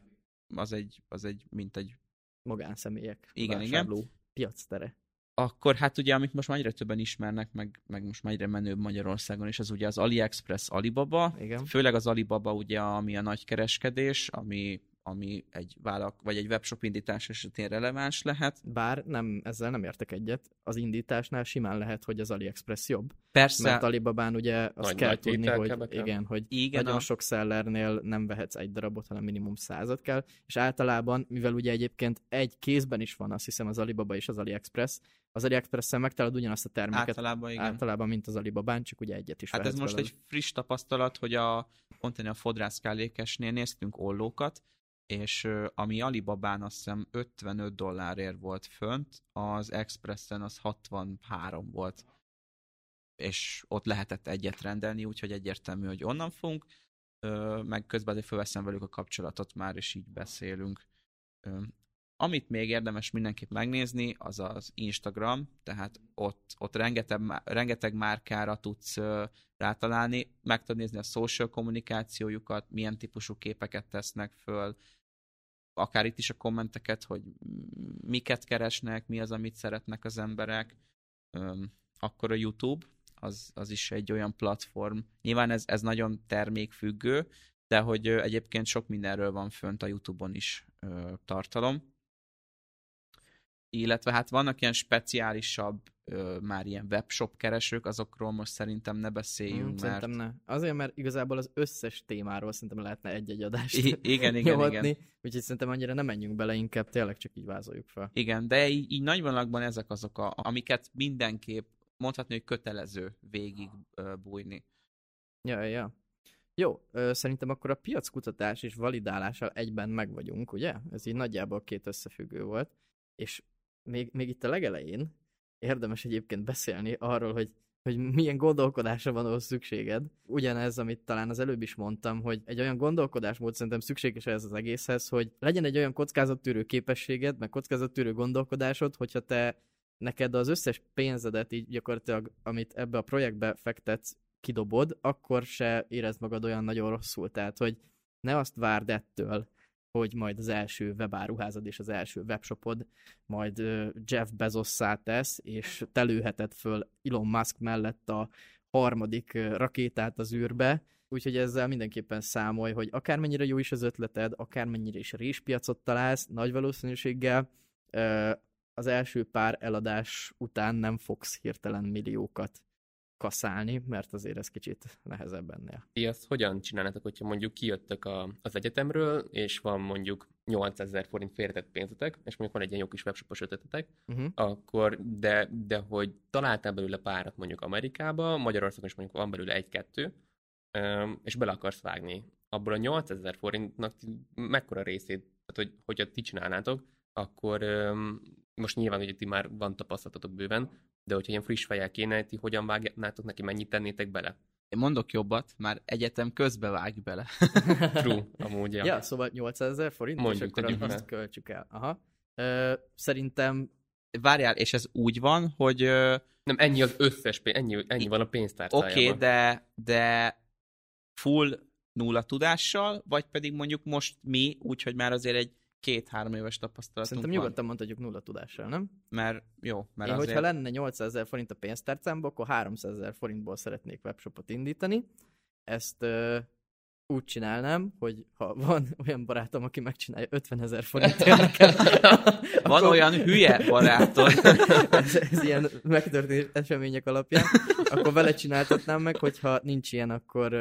mint egy magánszemélyek. Igen. Piactere. Akkor hát ugye, amit most már egyre többen ismernek, meg most már egyre menőbb Magyarországon is, az ugye az AliExpress, Alibaba. Igen. Főleg az Alibaba ugye, ami a nagy kereskedés, ami egy vagy egy webshop indítás esetén releváns lehet. Bár ezzel nem értek egyet. Az indításnál simán lehet, hogy az AliExpress jobb. Persze. Mert Alibabán ugye azt kell tudni, hogy nagyon sok sellernél nem vehetsz egy darabot, hanem minimum 100-at kell. És általában, mivel ugye egyébként egy kézben is van, azt hiszem, az Alibaba és az AliExpress, az AliExpressen megtalálod ugyanazt a terméket. Általában, mint az Alibabán, csak ugye egyet is hát ez most egy friss tapasztalat, hogy pont a fodrászkálékesnél néztünk ollókat, és ami Alibabán azt hiszem $55 volt fönt, az Expressen az 63 volt. És ott lehetett egyet rendelni, úgyhogy egyértelmű, hogy onnan fogunk, meg közben azért felveszem velük a kapcsolatot már, és így beszélünk. Amit még érdemes mindenképp megnézni, az az Instagram, tehát ott rengeteg márkára tudsz rátalálni, meg tudod nézni a social kommunikációjukat, milyen típusú képeket tesznek föl, akár itt is a kommenteket, hogy miket keresnek, mi az, amit szeretnek az emberek. Akkor a YouTube, az is egy olyan platform. Nyilván ez nagyon termékfüggő, de hogy egyébként sok mindenről van fönt a YouTube-on is tartalom. Illetve hát vannak ilyen speciálisabb már ilyen webshop keresők, azokról most szerintem ne beszéljünk, Szerintem ne. Azért, mert igazából az összes témáról szerintem lehetne egy-egy adást igen. Úgyhogy szerintem annyira nem menjünk bele, inkább tényleg csak így vázoljuk fel. Igen, de így nagy vonalakban ezek azok, amiket mindenképp mondhatni, hogy kötelező végig bújni. Ja. Jó, szerintem akkor a piackutatás és validálással egyben meg vagyunk, ugye? Ez így nagyjából 2 összefüggő volt. És még itt a legelején érdemes egyébként beszélni arról, hogy milyen gondolkodásra van ahhoz szükséged. Ugyanez, amit talán az előbb is mondtam, hogy egy olyan gondolkodásmód szerintem szükséges ez az egészhez, hogy legyen egy olyan kockázattűrő képességed, meg kockázattűrő gondolkodásod, hogyha neked az összes pénzedet így gyakorlatilag, amit ebbe a projektbe fektetsz, kidobod, akkor se érezd magad olyan nagyon rosszul. Tehát, hogy ne azt várd ettől, hogy majd az első webáruházad és az első webshopod majd Jeff Bezosszá tesz, és te lőheted föl Elon Musk mellett a 3. rakétát az űrbe. Úgyhogy ezzel mindenképpen számolj, hogy akármennyire jó is az ötleted, akármennyire is réspiacot találsz, nagy valószínűséggel az első pár eladás után nem fogsz hirtelen milliókat kaszálni, mert azért ez kicsit nehezebb ennél. Ti azt hogyan csinálnátok, hogyha mondjuk kijöttök az egyetemről, és van mondjuk 8000 forint félretett pénzetek, és mondjuk van egy ilyen jó kis webshopos ötletetek, akkor, de hogy találtál belőle párat mondjuk Amerikába, Magyarországon is mondjuk van belőle 1-2, és bele akarsz vágni. Abból a 8000 forintnak mekkora részét, tehát hogyha ti csinálnátok, akkor most nyilván, hogy ti már van tapasztalatotok bőven, de hogyha ilyen friss fejjel kéne, ti hogyan vágnátok neki, mennyit tennétek bele? Én mondok jobbat, már egyetem közbe vág bele. True, amúgy. Ja, szóval 800 000 forint, mondjuk, és akkor azt költsük el. Aha. Szerintem... Várjál, és ez úgy van, hogy... Nem, ennyi az összes ennyi van a pénztárcájában. Oké, de full nulla tudással, vagy pedig mondjuk most mi, úgyhogy már azért egy 2-3 éves tapasztalatunk Szerintem nyugodtan mondhatjuk nulla tudással, nem? Mert azért... hogyha lenne 800 000 forint a pénztárcámban, akkor 300 000 forintból szeretnék webshopot indítani. Ezt úgy csinálnám, hogy ha van olyan barátom, aki megcsinálja 50 000 forintért. Van olyan hülye barátod. ez ilyen megtörtént események alapján. Akkor vele csináltatnám meg, hogyha nincs ilyen,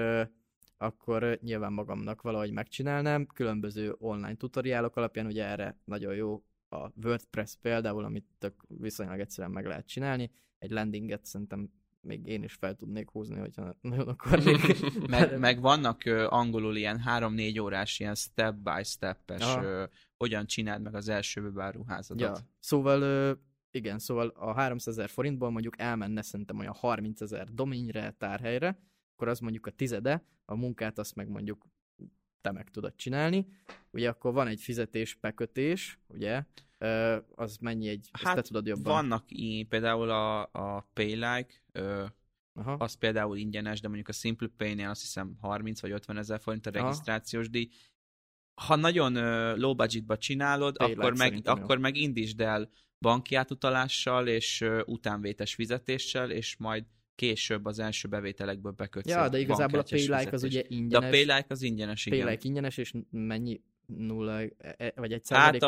akkor nyilván magamnak valahogy megcsinálnám. Különböző online tutoriálok alapján, ugye erre nagyon jó a WordPress például, amit tök viszonylag egyszerűen meg lehet csinálni. Egy landinget szerintem még én is fel tudnék húzni, hogyha nagyon akarnék. meg vannak angolul ilyen 3-4 órás, ilyen step-by-step-es, hogyan csináld meg az első webáruházadat. Ja. Szóval igen, szóval a 300 000 forintból mondjuk elmenne szerintem olyan 30 000 doményre, tárhelyre, akkor az mondjuk a 10-e, a munkát azt meg mondjuk te meg tudod csinálni. Ugye akkor van egy fizetés-bekötés, ugye, az mennyi ezt te tudod jobban. Vannak például a Paylike, az például ingyenes, de mondjuk a SimplePay-nél azt hiszem 30 vagy 50 000 forint a regisztrációs díj. Ha nagyon low budgetba csinálod, akkor meg indítsd el banki átutalással és utánvétes fizetéssel, és majd később az első bevételekből bekötsz. Ja, de igazából a Paylike az ugye ingyenes. De a Paylike az ingyenes, igen. Paylike ingyenes, és mennyi 0 vagy 1%? Hát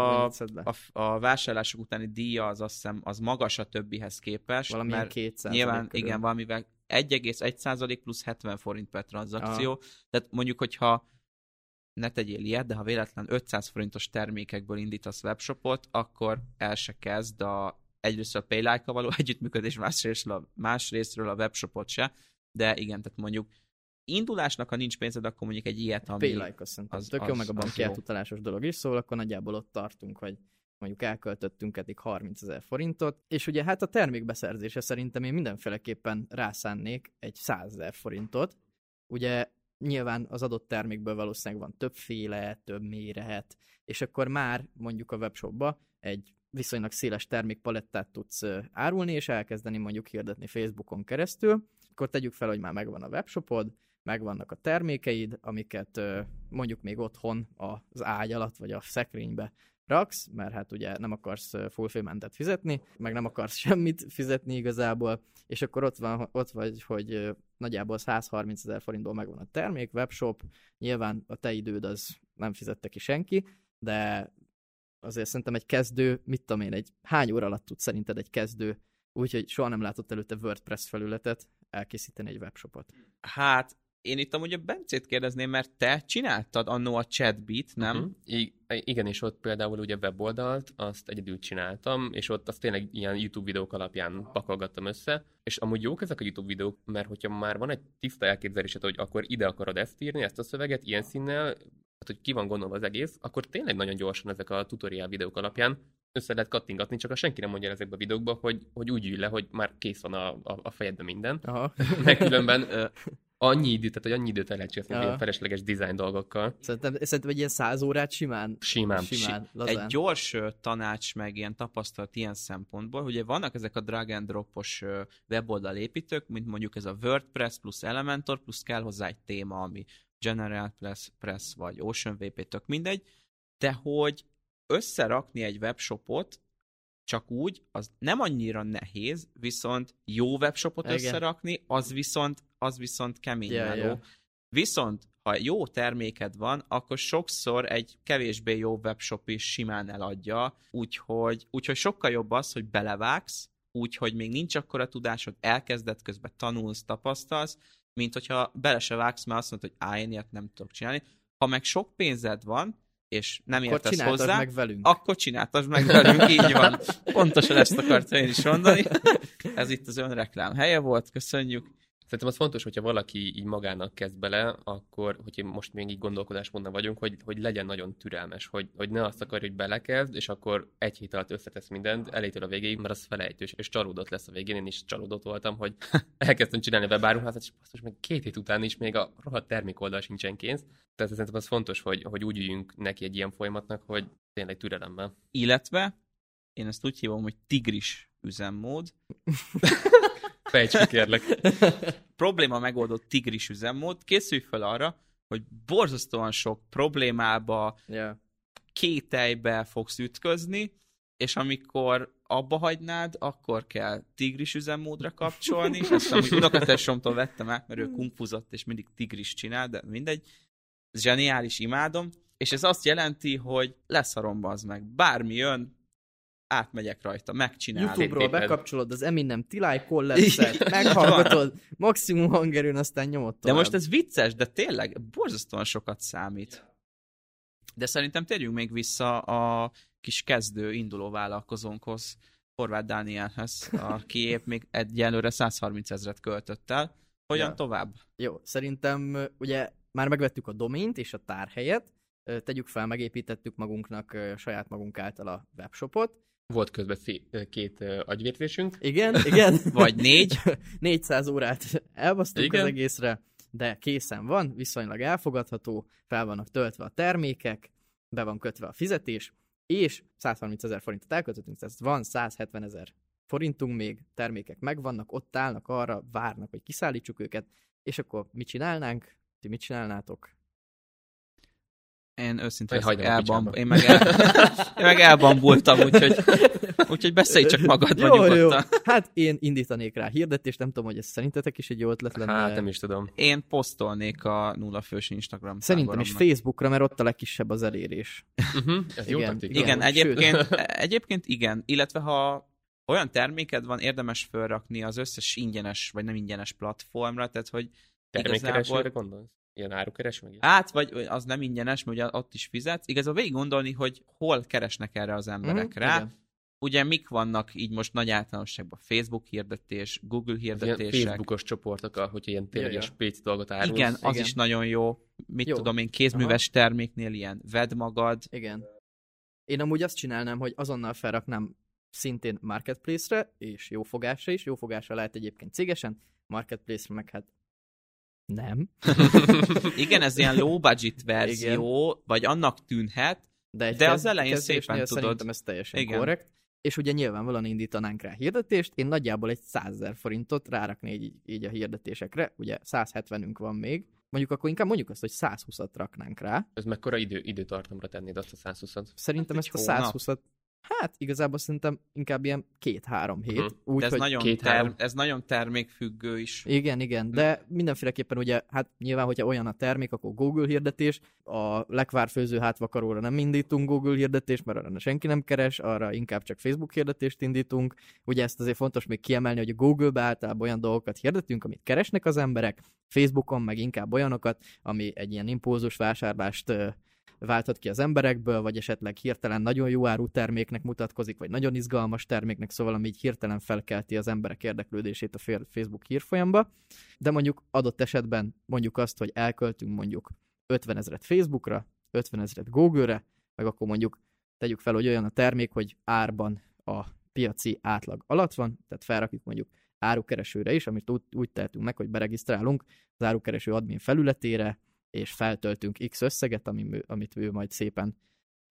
a vásárlások utáni díja az azt hiszem, az magas a többihez képest. Valamilyen 2%. Nyilván, körül. Igen, valamivel 1,1% plusz 70 forint per tranzakció. Tehát mondjuk, hogyha ne tegyél ilyet, de ha véletlen 500 forintos termékekből indítasz webshopot, akkor el se kezd egyrészt a Paylike-kal való együttműködés, másrésztről a webshopot se, de igen, tehát mondjuk indulásnak, ha nincs pénzed, akkor mondjuk egy ilyet, ami... Paylike az tök jó, meg a banki átutalásos dolog is, szóval akkor nagyjából ott tartunk, hogy mondjuk elköltöttünk eddig 30 000 forintot, és ugye hát a termékbeszerzése szerintem én mindenféleképpen rászánnék egy 100 000 forintot. Ugye nyilván az adott termékből valószínűleg van többféle, több méret, és akkor már mondjuk a webshopba egy viszonylag széles termékpalettát tudsz árulni, és elkezdeni mondjuk hirdetni Facebookon keresztül. Akkor tegyük fel, hogy már megvan a webshopod, megvannak a termékeid, amiket mondjuk még otthon az ágy alatt, vagy a szekrénybe raksz, mert hát ugye nem akarsz fulfillmentet fizetni, meg nem akarsz semmit fizetni igazából, és akkor ott vagy, hogy nagyjából 130 000 forintból megvan a termék, webshop, nyilván a te időd az nem fizette ki senki, de azért szerintem egy kezdő, mit tudom én, hány óra alatt tud szerinted egy kezdő úgyhogy soha nem látott előtte WordPress felületet elkészíteni egy webshopot. Hát, én itt amúgy a Bencét kérdezném, mert te csináltad annó a Chatbit, nem? Igen, és ott például ugye weboldalt, azt egyedül csináltam, és ott azt tényleg ilyen YouTube videók alapján pakolgattam össze, és amúgy jók ezek a YouTube videók, mert hogyha már van egy tiszta elképzelésed, hogy akkor ide akarod ezt írni, ezt a szöveget, ilyen színnel, hát hogy ki van gondolva az egész, akkor tényleg nagyon gyorsan ezek a tutorial videók alapján össze lehet kattingatni, csak azt senki nem mondja ezekbe a videókba, hogy úgy ülj le, hogy már kész van a fejedben minden. Aha. Meg különben annyi időt el lehet cseszni ilyen felesleges design dolgokkal. Szerintem egy ilyen 100 órát simán egy gyors tanács meg ilyen tapasztalat ilyen szempontból, hogy vannak ezek a drag and dropos weboldal építők, mint mondjuk ez a WordPress plusz Elementor, plusz kell hozzá egy téma, ami General Press vagy Ocean VP, tök mindegy, de hogy összerakni egy webshopot csak úgy, az nem annyira nehéz, viszont jó webshopot összerakni, az viszont kemény meló. Viszont, ha jó terméked van, akkor sokszor egy kevésbé jó webshop is simán eladja, úgyhogy sokkal jobb az, hogy belevágsz, úgyhogy még nincs akkora tudásod, elkezded, közben tanulsz, tapasztalsz, mint hogyha bele se vágsz, mert azt mondod, hogy én ilyet nem tudok csinálni. Ha meg sok pénzed van, és nem értesz hozzá, akkor csináltasd meg velünk, így van. Pontosan ezt akartam én is mondani. Ez itt az önreklám helye volt, köszönjük. Szerintem az fontos, hogyha valaki így magának kezd bele, akkor, hogy most még így gondolkodásmódban vagyunk, hogy legyen nagyon türelmes, hogy ne azt akarja, hogy belekezd, és akkor egy hét alatt összetesz mindent, elétől a végéig, mert az felejtős, és csalódott lesz a végén. Én is csalódott voltam, hogy elkezdtem csinálni a webáruházat, és most meg 2 hét után is még a rohadt termékoldal sincsen kész. Tehát szerintem az fontos, hogy úgy üljünk neki egy ilyen folyamatnak, hogy tényleg türelemmel. Illetve én ezt úgy hívom, hogy tigris üzemmód. Fejtsd ki, kérlek. Probléma megoldott tigris üzemmód. Készülj fel arra, hogy borzasztóan sok problémába, kételybe fogsz ütközni, és amikor abba hagynád, akkor kell tigris üzemmódra kapcsolni, és ezt amúgy unokatesomtól vettem át, mert ő kungfuzott, és mindig tigris csinál, de mindegy. Ez zseniális, imádom. És ez azt jelenti, hogy leszarom az meg. Bármi jön, átmegyek rajta, megcsinálom. YouTube-ról bekapcsolod az Eminem Tilai Collapse-et, meghallgatod, maximum hangerőn, aztán nyomod tovább. De most ez vicces, de tényleg borzasztóan sokat számít. De szerintem térjünk még vissza a kis kezdő, induló vállalkozónkhoz, Horváth Dánielhez, aki épp még egyelőre 130 000 költött el. Hogyan tovább? Jó, szerintem ugye már megvettük a domaint és a tárhelyet, tegyük fel, megépítettük magunknak saját magunk által a webshopot. Volt közben 2 agyvértésünk. Igen. Vagy 4. 400 órát elbasztunk az egészre, de készen van, viszonylag elfogadható, fel vannak töltve a termékek, be van kötve a fizetés, és 130 000 forintot elköltöttünk, tehát van 170 000 forintunk még, termékek megvannak, ott állnak arra, várnak, hogy kiszállítsuk őket, és akkor mit csinálnánk? Ti mit csinálnátok? Én őszintén én meg elbambultam, úgyhogy beszélj csak magadban nyugodtan. Jó. Hát én indítanék rá hirdetést, nem tudom, hogy ez szerintetek is egy jó ötlet lenne. Hát nem is tudom. Én posztolnék a 0 fős Instagram szerintem is Facebookra, mert ott a legkisebb az elérés. Ez jó taktika. Igen, egyébként igen. Illetve ha olyan terméked van, érdemes felrakni az összes ingyenes, vagy nem ingyenes platformra, tehát hogy termékkeresőre gondolsz? Ilyen árukeres meg? Hát, vagy az nem ingyenes, mert ugye ott is fizetsz. Igazából végig gondolni, hogy hol keresnek erre az emberek rá. Igen. Ugye mik vannak így most nagy általánosságban? Facebook hirdetés, Google hirdetések. Ilyen Facebookos csoportok, hogy ilyen tényleg spéci dolgot árulsz. Igen, az is nagyon jó. Tudom én, kézműves terméknél ilyen vedd magad. Igen. Én amúgy azt csinálnám, hogy azonnal felraknám szintén Marketplace-re, és jófogásra is. Jófogásra lehet egyébként cégesen, Marketplace-re meg hát nem. Igen, ez ilyen low budget verzió, igen. Vagy annak tűnhet, de az elején szépen tudod. Szerintem ez teljesen korrekt. És ugye nyilvánvalóan indítanánk rá hirdetést, én nagyjából egy 100 000 forintot ráraknék így a hirdetésekre, ugye 170-ünk van még, mondjuk akkor inkább mondjuk azt, hogy 120-at raknánk rá. Ez mekkora időtartamra tennéd azt a 120-at? Szerintem ezt a 120-at Hát igazából szerintem inkább ilyen 2-3 hét. Úgy, ez, hogy ez nagyon termékfüggő is. Igen, de mindenféleképpen ugye, hát nyilván, hogyha olyan a termék, akkor Google hirdetés, a lekvárfőző hátvakaróra nem indítunk Google hirdetést, mert arra senki nem keres, arra inkább csak Facebook hirdetést indítunk. Ugye ezt azért fontos még kiemelni, hogy a Google-be általában olyan dolgokat hirdetünk, amit keresnek az emberek, Facebookon meg inkább olyanokat, ami egy ilyen impulzus vásárlást válthat ki az emberekből, vagy esetleg hirtelen nagyon jó áru terméknek mutatkozik, vagy nagyon izgalmas terméknek, szóval ami így hirtelen felkelti az emberek érdeklődését a Facebook hírfolyamba. De mondjuk adott esetben mondjuk azt, hogy elköltünk mondjuk 50 000 Facebookra, 50 000 Google-re, meg akkor mondjuk tegyük fel, hogy olyan a termék, hogy árban a piaci átlag alatt van, tehát felrakjuk mondjuk árukeresőre is, amit úgy tehetünk meg, hogy beregisztrálunk az árukereső admin felületére, és feltöltünk X összeget, amit ő majd szépen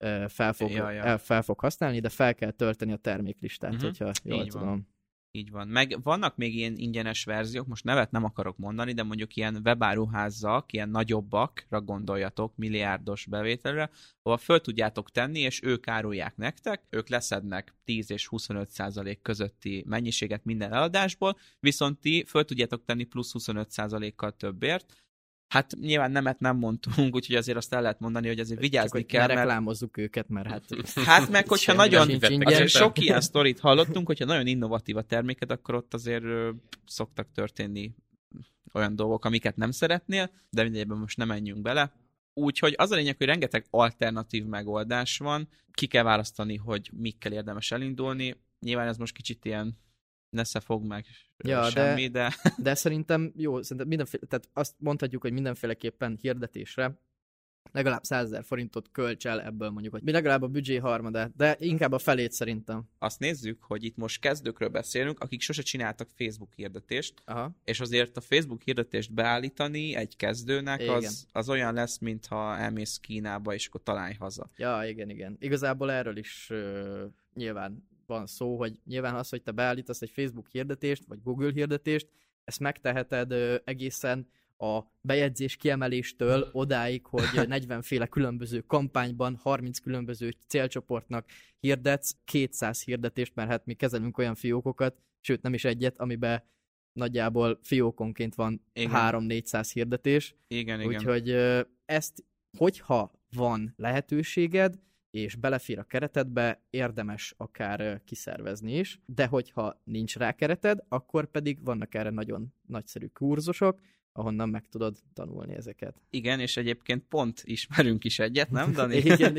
fel fog használni, de fel kell tölteni a terméklistát, hogyha jól tudom. Így van. Meg vannak még ilyen ingyenes verziók, most nevet nem akarok mondani, de mondjuk ilyen webáruházzak, ilyen nagyobbakra gondoljatok, milliárdos bevételre, ahol föl tudjátok tenni, és ők árulják nektek, ők leszednek 10 és 25% közötti mennyiséget minden eladásból, viszont ti föl tudjátok tenni plusz 25%-kal többért. Hát nyilván nemet nem mondtunk, úgyhogy azért azt el lehet mondani, hogy azért vigyázni csak, kell. Ne reklámozzuk őket, mert hát meg, hogyha nagyon sok ilyen sztorit hallottunk, hogyha nagyon innovatív a terméked, akkor ott azért szoktak történni olyan dolgok, amiket nem szeretnél, de mindegyben most nem menjünk bele. Úgyhogy az a lényeg, hogy rengeteg alternatív megoldás van, ki kell választani, hogy mikkel érdemes elindulni. Nyilván ez most kicsit ilyen nesze fog meg semmi, de szerintem jó, tehát azt mondhatjuk, hogy mindenféleképpen hirdetésre legalább 100 000 forintot költs el ebből mondjuk, hogy mi legalább a büdzsé harmadát, de inkább a felét szerintem. Azt nézzük, hogy itt most kezdőkről beszélünk, akik sose csináltak Facebook hirdetést, és azért a Facebook hirdetést beállítani egy kezdőnek az olyan lesz, mintha elmész Kínába, és akkor találj haza. Ja, igen. Igazából erről is nyilván van szó, hogy nyilván az, hogy te beállítasz egy Facebook hirdetést, vagy Google hirdetést, ezt megteheted egészen a bejegyzés kiemeléstől odáig, hogy 40 féle különböző kampányban, 30 különböző célcsoportnak hirdetsz, 200 hirdetést, mert hát mi kezelünk olyan fiókokat, sőt nem is egyet, amiben nagyjából fiókonként van 300-400 hirdetés. Igen. Úgyhogy ezt, hogyha van lehetőséged, és belefér a keretedbe, érdemes akár kiszervezni is, de hogyha nincs rá kereted, akkor pedig vannak erre nagyon nagyszerű kurzusok, ahonnan meg tudod tanulni ezeket. Igen, és egyébként pont ismerünk is egyet, nem, Dani?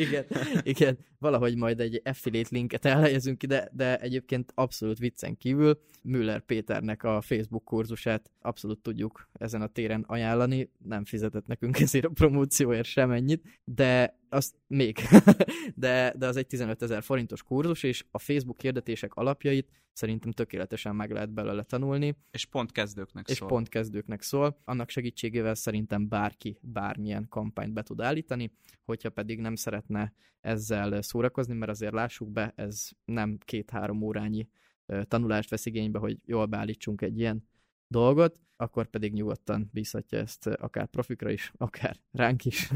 Igen. Valahogy majd egy affiliate linket elhelyezünk ide, de egyébként abszolút viccen kívül Müller Péternek a Facebook kurzusát abszolút tudjuk ezen a téren ajánlani. Nem fizetett nekünk ezért a promócióért sem ennyit, de azt még. de az egy 15 000 forintos kurzus, és a Facebook hirdetések alapjait szerintem tökéletesen meg lehet belőle tanulni. És pont kezdőknek szól. Annak segítségével szerintem bárki bármilyen kampányt be tud állítani, hogyha pedig nem szeretne ezzel szórakozni, mert azért lássuk be, ez nem 2-3 órányi tanulást vesz igénybe, hogy jól beállítsunk egy ilyen dolgot, akkor pedig nyugodtan bízhatja ezt akár profikra is, akár ránk is,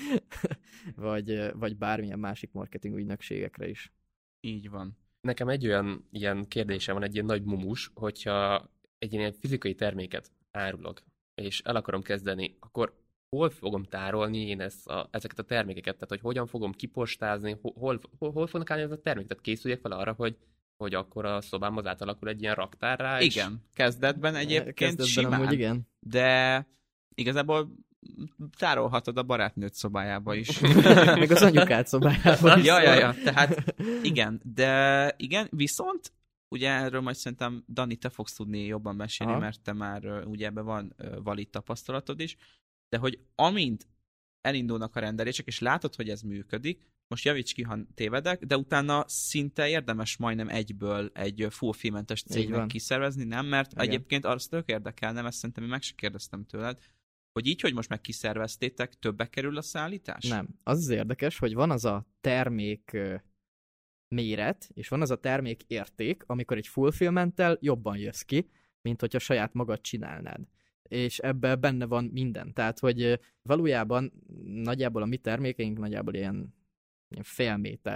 vagy bármilyen másik marketing ügynökségekre is. Így van. Nekem egy olyan ilyen kérdésem van, egy ilyen nagy mumus, hogyha egy ilyen fizikai terméket árulok, és el akarom kezdeni, akkor hol fogom tárolni én ezeket a termékeket? Tehát, hogy hogyan fogom kipostázni, hol fognak állni ez a termék? Tehát készüljek fel arra, hogy akkor a szobám az átalakul egy ilyen raktárrá? Igen, kezdetben egyébként simán. Amúgy igen. De igazából tárolhatod a barátnőd szobájába is. Meg az anyukád szobájába is. Ja, tehát igen, viszont ugye erről majd szerintem Dani, te fogsz tudni jobban mesélni, mert te már ugye ebben van valid tapasztalatod is, de hogy amint elindulnak a rendelések, és látod, hogy ez működik, most javíts ki, ha tévedek, de utána szinte érdemes majdnem egyből egy fulfillmentes cégnek kiszervezni, nem? Mert igen. Egyébként azt tök érdekelne, ezt szerintem én meg se kérdeztem tőled, hogy így, hogy most meg kiszerveztétek, többe kerül a szállítás? Nem. Az érdekes, hogy van az a termék méret, és van az a termék érték, amikor egy fulfillmenttel jobban jössz ki, mint hogyha saját magad csinálnád. És ebben benne van minden. Tehát, hogy valójában nagyjából a mi termékeink nagyjából ilyen fél méter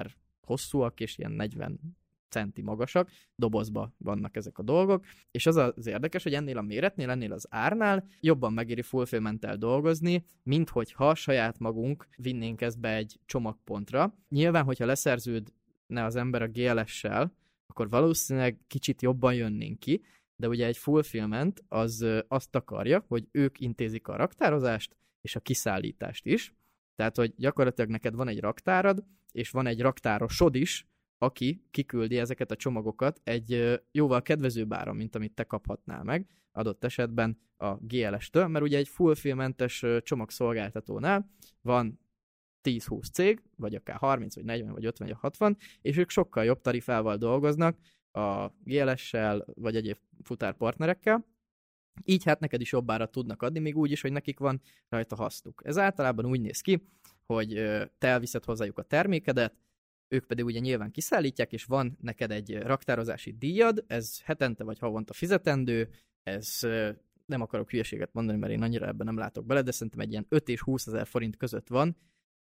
hosszúak, és ilyen 40 centi magasak, dobozba vannak ezek a dolgok, és az érdekes, hogy ennél a méretnél, ennél az árnál jobban megéri fulfillmenttel dolgozni, mint hogyha saját magunk vinnénk ezt be egy csomagpontra. Nyilván, hogyha leszerződne az ember a GLS-sel, akkor valószínűleg kicsit jobban jönnénk ki, de ugye egy fulfillment az azt akarja, hogy ők intézik a raktározást és a kiszállítást is. Tehát, hogy gyakorlatilag neked van egy raktárad, és van egy raktárosod is, aki kiküldi ezeket a csomagokat egy jóval kedvezőbb áron, mint amit te kaphatnál meg, adott esetben a GLS-től, mert ugye egy fulfillmentes csomagszolgáltatónál van 10-20 cég, vagy akár 30, vagy 40, vagy 50, vagy 60, és ők sokkal jobb tarifával dolgoznak a GLS-sel, vagy egyéb futárpartnerekkel, így hát neked is jobb árat tudnak adni, még úgy is, hogy nekik van rajta hasznuk. Ez általában úgy néz ki, hogy te elviszed hozzájuk a termékedet, ők pedig ugye nyilván kiszállítják, és van neked egy raktározási díjad, ez hetente vagy havonta fizetendő, ez nem akarok hülyeséget mondani, mert én annyira ebben nem látok bele, de szerintem egy ilyen 5 és 20 ezer forint között van.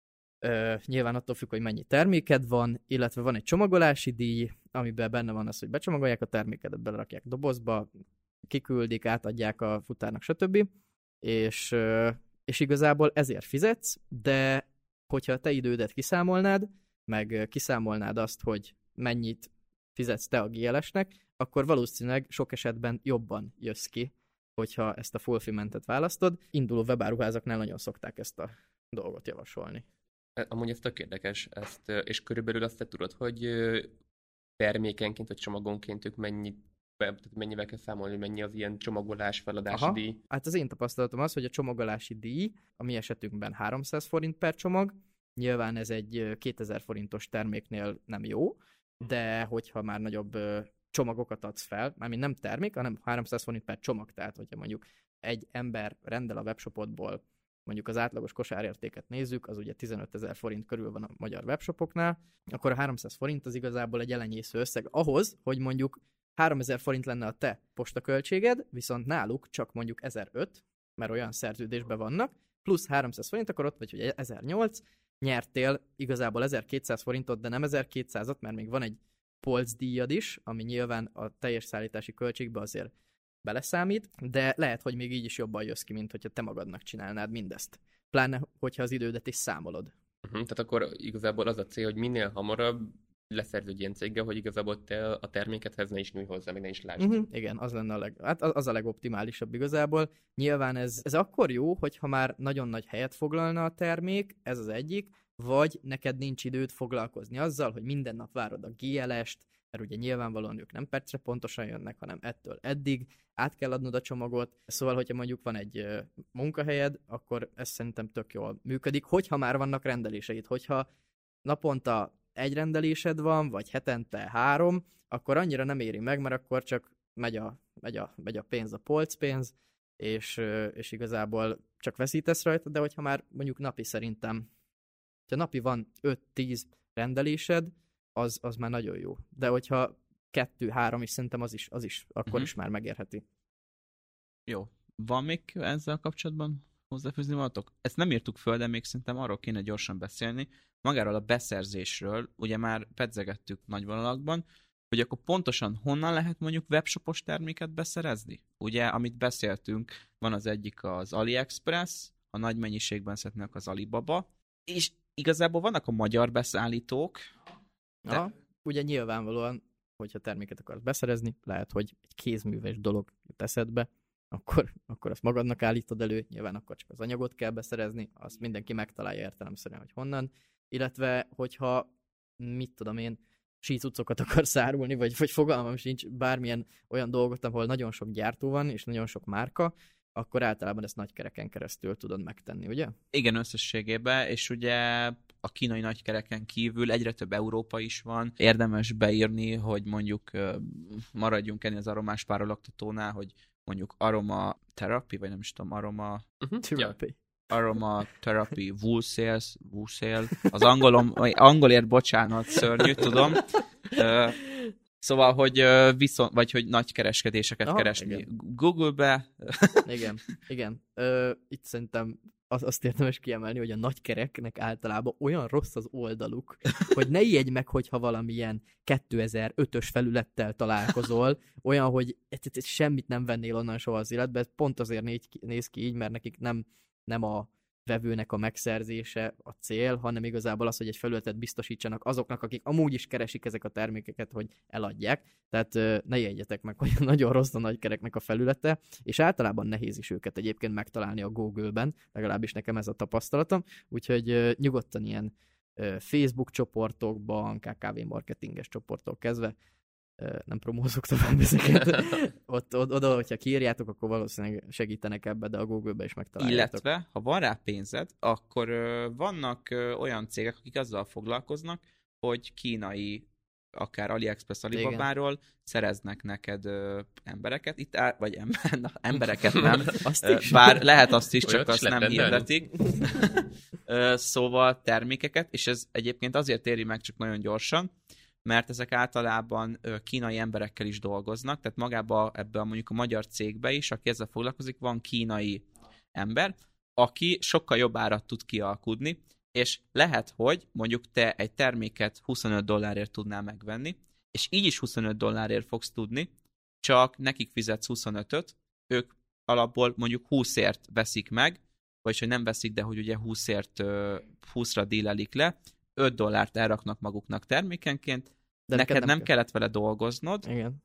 Nyilván attól függ, hogy mennyi terméked van, illetve van egy csomagolási díj, amiben benne van az, hogy becsomagolják a termékedet, belerakják dobozba, kiküldik, átadják a futárnak, stb. És igazából ezért fizetsz, de hogyha a te idődet kiszámolnád, meg kiszámolnád azt, hogy mennyit fizetsz te a GLS-nek, akkor valószínűleg sok esetben jobban jössz ki, hogyha ezt a fulfillmentet választod. Induló webáruházaknál nagyon szokták ezt a dolgot javasolni. Amúgy ez tök érdekes, és körülbelül azt te tudod, hogy termékenként vagy csomagonként ők mennyivel kell számolni, hogy mennyi az ilyen csomagolás, feladási díj? Hát az én tapasztalatom az, hogy a csomagolási díj a mi esetünkben 300 forint per csomag, nyilván ez egy 2000 forintos terméknél nem jó, de hogyha már nagyobb csomagokat adsz fel, mármint nem termék, hanem 300 forint per csomag, tehát hogyha mondjuk egy ember rendel a webshopodból, mondjuk az átlagos kosárértéket nézzük, az ugye 15 000 forint körül van a magyar webshopoknál, akkor a 300 forint az igazából egy elenyésző összeg ahhoz, hogy mondjuk 3000 forint lenne a te postaköltséged, viszont náluk csak mondjuk 1005, mert olyan szerződésben vannak, plusz 300 forint, akkor ott vagy, hogy 1008, nyertél igazából 1200 forintot, de nem 1200-at, mert még van egy polcdíjad is, ami nyilván a teljes szállítási költségbe azért beleszámít, de lehet, hogy még így is jobban jössz ki, mint hogyha te magadnak csinálnád mindezt. Pláne, hogyha az idődet is számolod. Tehát akkor igazából az a cél, hogy minél hamarabb leszerződj ilyen céggel, hogy igazából te a termékethez ne is nyújj hozzá, még ne is lásd. Igen, az lenne az a legoptimálisabb igazából. Nyilván ez akkor jó, hogyha már nagyon nagy helyet foglalna a termék, ez az egyik, vagy neked nincs időd foglalkozni azzal, hogy minden nap várod a GLS-t, mert ugye nyilvánvalóan ők nem percre pontosan jönnek, hanem ettől eddig, át kell adnod a csomagot, szóval, hogyha mondjuk van egy munkahelyed, akkor ez szerintem tök jól működik, hogyha már vannak rendeléseid, hogyha naponta egy rendelésed van, vagy hetente 3, akkor annyira nem éri meg, mert akkor csak megy a pénz, a polcpénz, és igazából csak veszítesz rajta, de hogyha már mondjuk napi szerintem, ha napi van 5-10 rendelésed, az már nagyon jó. De hogyha 2-3 is, szerintem az is akkor is már megérheti. Jó. Van még ezzel kapcsolatban hozzáfűzni valatok? Ezt nem írtuk föl, de még szerintem arról kéne gyorsan beszélni. Magáról a beszerzésről, ugye már pedzegettük nagy vonalakban, hogy akkor pontosan honnan lehet mondjuk webshopos terméket beszerezni? Ugye, amit beszéltünk, van az egyik az AliExpress, a nagy mennyiségben szeretnek az Alibaba, és igazából vannak a magyar beszállítók. De... ugye nyilvánvalóan, hogyha terméket akarsz beszerezni, lehet, hogy egy kézműves dolog jut eszedbe, akkor azt magadnak állítod elő, nyilván akkor csak az anyagot kell beszerezni, azt mindenki megtalálja értelemszerűen, hogy honnan, illetve hogyha, mit tudom én, sícucokat akarsz árulni, vagy fogalmam sincs, bármilyen olyan dolgot, ahol nagyon sok gyártó van, és nagyon sok márka, akkor általában ezt nagykereken keresztül tudod megtenni, ugye? Igen, összességében, és ugye a kínai nagykereken kívül egyre több Európa is van. Érdemes beírni, hogy mondjuk maradjunk ennél az aromás párologtatónál, hogy mondjuk Aroma Therapy, vagy nem is tudom, Aroma... Therapy. Aroma Therapy, Woolsale. Az angolért bocsánat, szörnyű, tudom. Szóval, hogy vagy hogy nagy kereskedéseket keresni. Igen. Google-be. Igen. Itt szerintem azt érdemes kiemelni, hogy a nagykereknek általában olyan rossz az oldaluk, hogy ne ijedj meg, hogyha valamilyen 2005-ös felülettel találkozol, olyan, hogy semmit nem vennél onnan soha az életbe, ez pont azért néz ki így, mert nekik nem a vevőnek a megszerzése a cél, hanem igazából az, hogy egy felületet biztosítsanak azoknak, akik amúgy is keresik ezek a termékeket, hogy eladják. Tehát ne jegyetek meg, hogy nagyon rossz a nagykereknek a felülete, és általában nehéz is őket egyébként megtalálni a Google-ben, legalábbis nekem ez a tapasztalatom, úgyhogy nyugodtan ilyen Facebook csoportokban, KKV marketinges csoportok kezdve, nem promózok tovább ezeket. Oda, hogyha kiírjátok, akkor valószínűleg segítenek ebbe, de a Google-be is megtaláljátok. Illetve, ha van rá pénzed, akkor vannak olyan cégek, akik azzal foglalkoznak, hogy kínai, akár AliExpress, Alibabáról szereznek neked embereket, embereket nem, bár lehet azt is, csak azt nem hirdetik. Szóval termékeket, és ez egyébként azért éri meg csak nagyon gyorsan, mert ezek általában kínai emberekkel is dolgoznak, tehát magában ebben mondjuk a magyar cégben is, aki ezzel foglalkozik, van kínai ember, aki sokkal jobb árat tud kialkudni, és lehet, hogy mondjuk te egy terméket $25 tudnál megvenni, és így is $25 fogsz tudni, csak nekik fizetsz 25-öt, ők alapból mondjuk 20-ért veszik meg, vagyis hogy nem veszik, de hogy ugye 20-ra dílelik le, $5 elraknak maguknak termékenként, de neked nem kellett vele dolgoznod. Igen.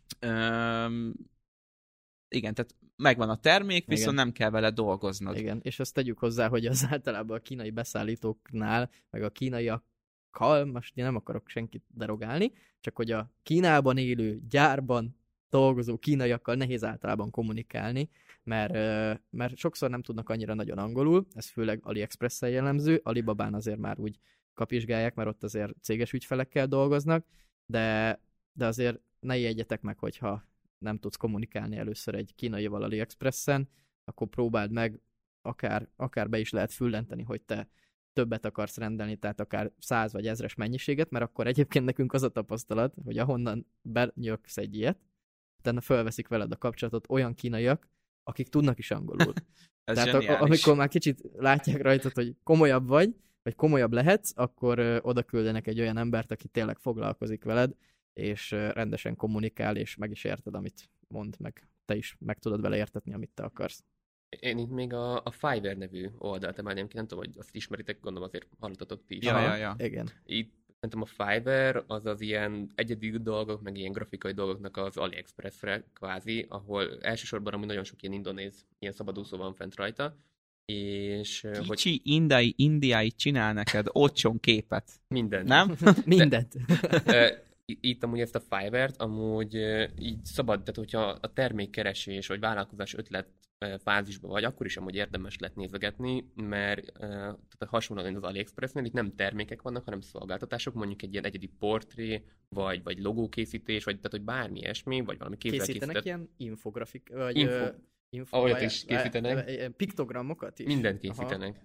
Igen, tehát megvan a termék, viszont nem kell vele dolgoznod. Igen, és azt tegyük hozzá, hogy az általában a kínai beszállítóknál, meg a kínaiakkal, most én nem akarok senkit derogálni, csak hogy a Kínában élő, gyárban dolgozó kínaiakkal nehéz általában kommunikálni, mert sokszor nem tudnak annyira nagyon angolul, ez főleg AliExpress-szel jellemző, Alibabán azért már úgy kapizsgálják, mert ott azért céges ügyfelekkel dolgoznak, de azért ne jegyetek meg, hogyha nem tudsz kommunikálni először egy kínaival AliExpressen, akkor próbáld meg, akár be is lehet füllenteni, hogy te többet akarsz rendelni, tehát akár 100 vagy 1000-es mennyiséget, mert akkor egyébként nekünk az a tapasztalat, hogy ahonnan benyöksz egy ilyet, utána felveszik veled a kapcsolatot olyan kínaiak, akik tudnak is angolul. Tehát amikor már kicsit látják rajtad, hogy komolyabb vagy komolyabb lehetsz, akkor oda küldenek egy olyan embert, aki tényleg foglalkozik veled, és rendesen kommunikál, és meg is érted, amit mond, meg te is meg tudod vele értetni, amit te akarsz. Én itt még a Fiverr nevű oldalt emelném ki, nem tudom, hogy azt ismeritek, gondolom azért hallottatok ti is. Ja. Igen. Itt szerintem a Fiverr az ilyen egyedi dolgok, meg ilyen grafikai dolgoknak az AliExpressre kvázi, ahol elsősorban amúgy nagyon sok ilyen indonéz, ilyen szabadúszó van fent rajta, és... Kicsi indiai csinál neked otthon képet. Mindent. Nem? Mindent. Itt amúgy ezt a Fiverr-t amúgy így szabad, tehát hogyha a termékkeresés vagy vállalkozás ötlet fázisban vagy, akkor is amúgy érdemes lett nézegetni, mert tehát hasonlóan az AliExpressnél itt nem termékek vannak, hanem szolgáltatások, mondjuk egy ilyen egyedi portré, vagy logókészítés, vagy tehát hogy bármi ilyesmi, vagy valami kézzel készítenek ilyen infografik, vagy... Olyat is készítenek. Piktogramokat is? Mindent készítenek.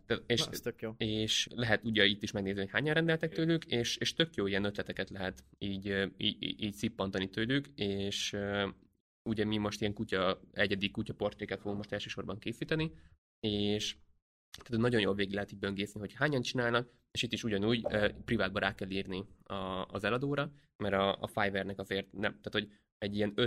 És lehet ugye itt is megnézni, hogy hányan rendeltek tőlük, és tök jó ilyen ötleteket lehet így szippantani tőlük, és ugye mi most ilyen egyedi kutyaportréket fogunk most elsősorban készíteni, és tehát nagyon jól végig lehet így böngészni, hogy hányan csinálnak, és itt is ugyanúgy privátba rá kell írni az eladóra, mert a Fiverr-nek azért nem, tehát hogy egy ilyen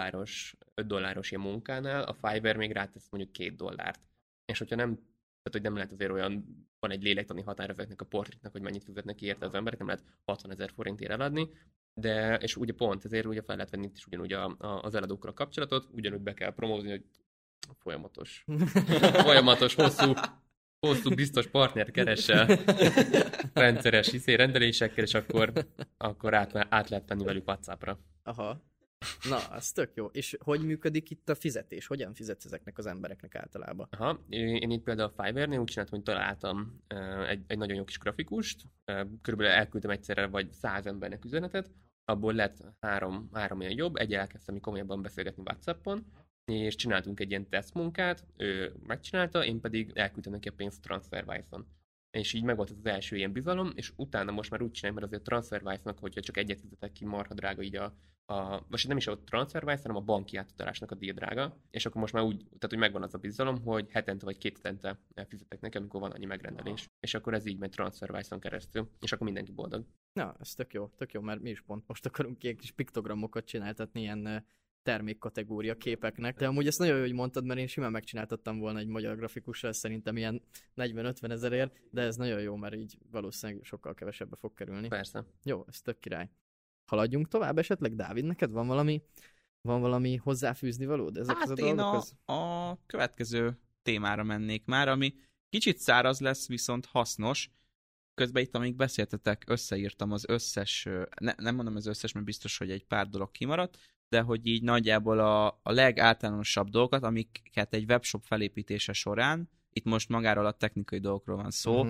$5 ilyen munkánál a Fiverr még rátesz mondjuk $2. És hogyha nem, tehát hogy nem lehet azért olyan, van egy lélektani határ ezeknek a portréknak, hogy mennyit fizetnek ki érte az emberek, nem lehet 60 000 forintért eladni, de, és ugye pont ezért ugye fel lehet venni itt is ugyanúgy az eladókkal a kapcsolatot, ugyanúgy be kell promózni, hogy folyamatos, hosszú biztos partner keresel rendszeres rendelésekkel, és akkor át lehet venni velük WhatsAppra. Aha. Na, az tök jó. És hogy működik itt a fizetés? Hogyan fizetsz ezeknek az embereknek általában? Aha, én itt például a Fiverr-nél úgy csináltam, hogy találtam egy nagyon jó kis grafikust, körülbelül elküldtem egyszerre vagy 100 embernek üzenetet, abból lett három ilyen jobb, egy elkezdtem komolyabban beszélgetni WhatsAppon, és csináltunk egy ilyen tesztmunkát, ő megcsinálta, én pedig elküldtem neki a pénzt TransferWise-on. És így megvolt az első ilyen bizalom, és utána most már úgy csináljuk, mert azért a TransferWise-nak, hogyha csak egyet fizetek ki, marha drága így most nem is a TransferWise, hanem a banki átutalásnak a díj drága, és akkor most már úgy, tehát hogy megvan az a bizalom, hogy hetente vagy 2 hetente fizetek neki, amikor van annyi megrendelés. És akkor ez így megy TransferWise-on keresztül, és akkor mindenki boldog. Na, ez tök jó, mert mi is pont most akarunk ilyen kis piktogramokat csináltatni ilyen termékkategória képeknek, de amúgy ezt nagyon jó, hogy mondtad, mert én simán megcsináltattam volna egy magyar grafikussal, szerintem ilyen 40-50 ezerért, de ez nagyon jó, mert így valószínűleg sokkal kevesebbe fog kerülni. Persze. Jó, ez tök király. Haladjunk tovább esetleg, Dávid, neked van valami hozzáfűzni valód ezekhez a dolgokhoz? A következő témára mennék már, ami kicsit száraz lesz, viszont hasznos. Közben itt, amíg beszéltetek, összeírtam az összes, nem mondom az összes, mert biztos, hogy egy pár dolog kimaradt, de hogy így nagyjából a legáltalánosabb dolgokat, amiket egy webshop felépítése során, itt most magáról a technikai dolgokról van szó,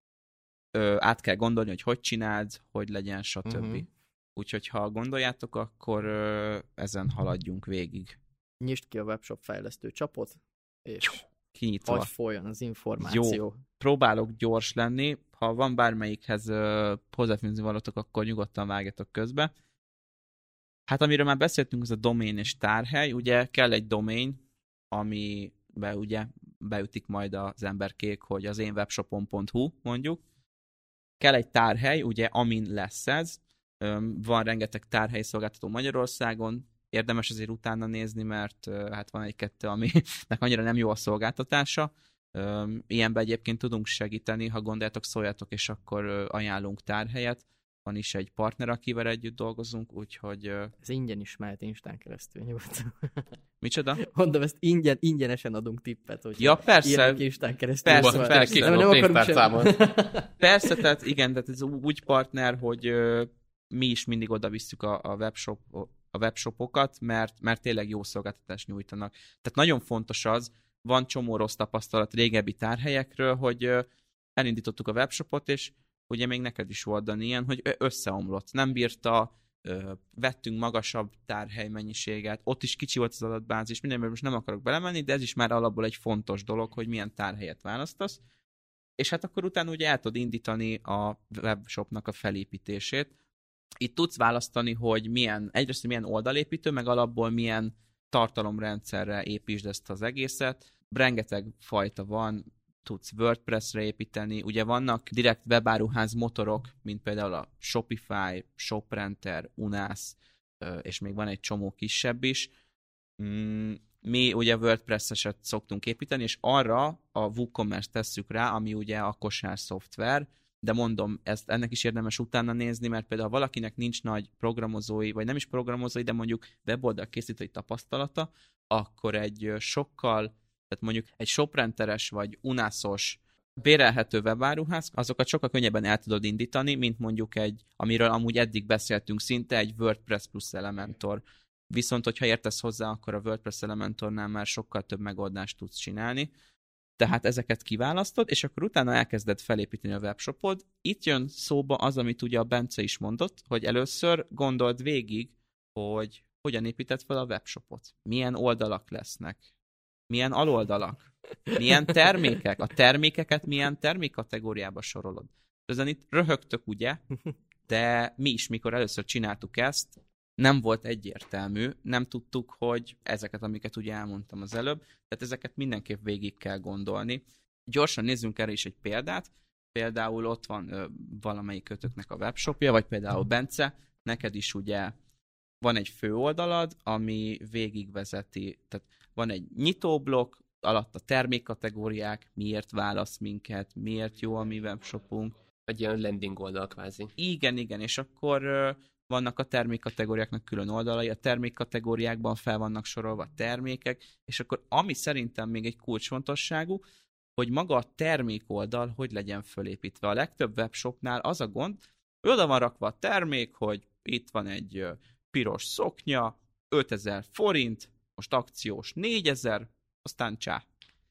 át kell gondolni, hogy csináld, hogy legyen, stb. Úgyhogy ha gondoljátok, akkor ezen haladjunk végig. Nyisd ki a webshop fejlesztő csapot, és kinyitva. Hagy folyjon az információ. Jó, próbálok gyors lenni. Ha van bármelyikhez hozzáfűzni valótok, akkor nyugodtan vágjatok közbe. Hát amiről már beszéltünk, az a domain és tárhely. Ugye kell egy domain, amiben ugye beütik majd az emberkék, hogy az én webshopon.hu mondjuk. Kell egy tárhely, ugye amin lesz ez. Van rengeteg tárhelyi szolgáltató Magyarországon. Érdemes azért utána nézni, mert hát van egy-kettő, aminek annyira nem jó a szolgáltatása. Ilyenben egyébként tudunk segíteni, ha gondoljátok, szóljátok, és akkor ajánlunk tárhelyet. Van is egy partner, akivel együtt dolgozunk, úgyhogy... Ez ingyen is mehet Instán keresztül, nyugodtan. Micsoda? Mondom, ezt ingyenesen adunk tippet, hogy ja, persze. Instán keresztül. Persze. Nem akarunk persze, tehát igen, tehát ez úgy partner, hogy mi is mindig oda visszük a webshopokat, mert tényleg jó szolgáltatást nyújtanak. Tehát nagyon fontos az, van csomó rossz tapasztalat régebbi tárhelyekről, hogy elindítottuk a webshopot, és ugye még neked is volt, Dani, ilyen, hogy összeomlott. Nem bírta, vettünk magasabb tárhely mennyiséget, ott is kicsi volt az adatbázis, mindenben most nem akarok belemenni, de ez is már alapból egy fontos dolog, hogy milyen tárhelyet választasz. És hát akkor utána ugye el tudod indítani a webshopnak a felépítését. Itt tudsz választani, hogy egyrészt milyen oldalépítő, meg alapból milyen tartalomrendszerre építsd ezt az egészet. Rengeteg fajta van, tudsz WordPress-re építeni, ugye vannak direkt webáruház motorok, mint például a Shopify, ShopRenter, Unász, és még van egy csomó kisebb is. Mi ugye WordPress-eset szoktunk építeni, és arra a WooCommerce tesszük rá, ami ugye a kosár szoftver, de mondom, ennek is érdemes utána nézni, mert például ha valakinek nincs nagy programozói, vagy nem is programozói, de mondjuk weboldal készítői tapasztalata, akkor tehát mondjuk egy ShopRenteres vagy Unászos bérelhető webáruház, azokat sokkal könnyebben el tudod indítani, mint mondjuk amiről amúgy eddig beszéltünk szinte, egy WordPress plusz Elementor. Viszont, hogyha értesz hozzá, akkor a WordPress Elementornál már sokkal több megoldást tudsz csinálni. Tehát ezeket kiválasztod, és akkor utána elkezded felépíteni a webshopod. Itt jön szóba az, amit ugye a Bence is mondott, hogy először gondold végig, hogy hogyan építed fel a webshopot. Milyen oldalak lesznek. Milyen aloldalak. Milyen termékek. A termékeket milyen termékkategóriába sorolod. Ezen itt röhögtök, ugye? De mi is, mikor először csináltuk ezt, nem volt egyértelmű, nem tudtuk, hogy ezeket, amiket ugye elmondtam az előbb, tehát ezeket mindenképp végig kell gondolni. Gyorsan nézzünk erre is egy példát. Például ott van valamelyik kötöknek a webshopja, vagy például Bence, neked is ugye van egy főoldalad, ami végigvezeti, tehát van egy nyitóblokk, alatt a termékkategóriák, miért válasz minket, miért jó a mi webshopunk. Egy ilyen landing oldal kvázi. Igen, és akkor vannak a termékkategóriáknak külön oldalai, a termékkategóriákban fel vannak sorolva a termékek, és akkor ami szerintem még egy kulcsfontosságú, hogy maga a termékoldal hogy legyen fölépítve. A legtöbb webshopnál az a gond, hogy oda van rakva a termék, hogy itt van egy piros szoknya, 5000 forint, most akciós 4000, aztán csá.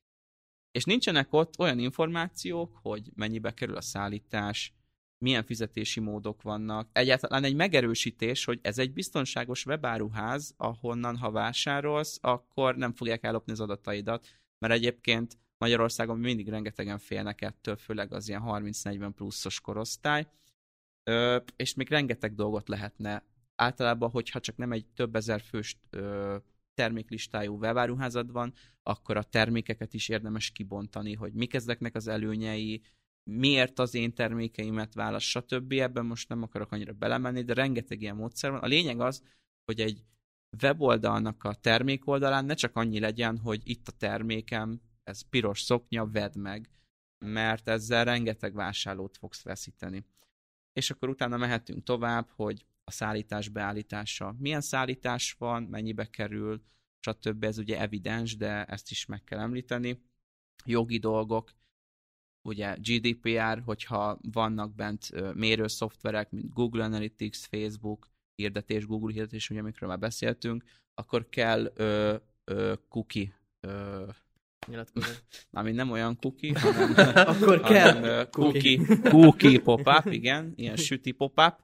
És nincsenek ott olyan információk, hogy mennyibe kerül a szállítás, milyen fizetési módok vannak. Egyáltalán egy megerősítés, hogy ez egy biztonságos webáruház, ahonnan ha vásárolsz, akkor nem fogják ellopni az adataidat, mert egyébként Magyarországon mindig rengetegen félnek ettől, főleg az ilyen 30-40 pluszos korosztály, és még rengeteg dolgot lehetne. Általában, hogyha csak nem egy több ezer fős terméklistájú webáruházad van, akkor a termékeket is érdemes kibontani, hogy mik ezeknek az előnyei, miért az én termékeimet válasz, stb. Ebben most nem akarok annyira belemenni, de rengeteg ilyen módszer van. A lényeg az, hogy egy weboldalnak a termékoldalán ne csak annyi legyen, hogy itt a termékem, ez piros szoknya, vedd meg, mert ezzel rengeteg vásárlót fogsz veszíteni. És akkor utána mehetünk tovább, hogy a szállítás beállítása. Milyen szállítás van, mennyibe kerül, stb. Ez ugye evidens, de ezt is meg kell említeni. Jogi dolgok, ugye GDPR, hogyha vannak bent mérőszoftverek, mint Google Analytics, Facebook hirdetés, Google hirdetés, ugye amikről már beszéltünk, akkor kell cookie nyilatkozat. Mármint nem olyan cookie, hanem, akkor kell cookie pop-up, igen, ilyen süti pop-up,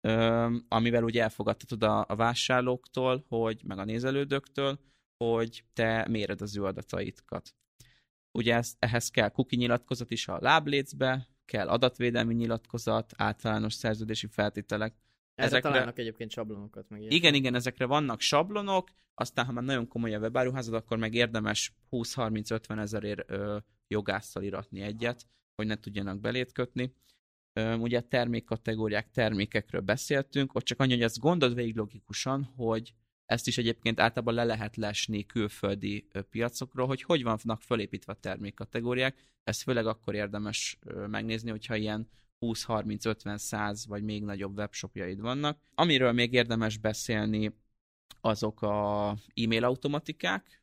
amivel ugye elfogadtatod a vásárlóktól, meg a nézelődőktől, hogy te méred az ő adataikat. Ugye ehhez kell cookie nyilatkozat is a láblécbe, kell adatvédelmi nyilatkozat, általános szerződési feltételek. Ezekre találnak egyébként sablonokat. Meg igen, ezekre vannak sablonok, aztán ha már nagyon komoly a webáruházad, akkor meg érdemes 20-30-50 ezerért jogásszal iratni egyet, hogy ne tudjanak belét kötni. Ugye a termékkategóriák, termékekről beszéltünk, ott csak annyi, hogy ezt gondold végig logikusan, hogy ezt is egyébként általában le lehet lesni külföldi piacokról, hogy vannak fölépítve a termékkategóriák. Ezt főleg akkor érdemes megnézni, hogyha ilyen 20-30-50-100 vagy még nagyobb webshopjaid vannak. Amiről még érdemes beszélni, azok a e-mail automatikák,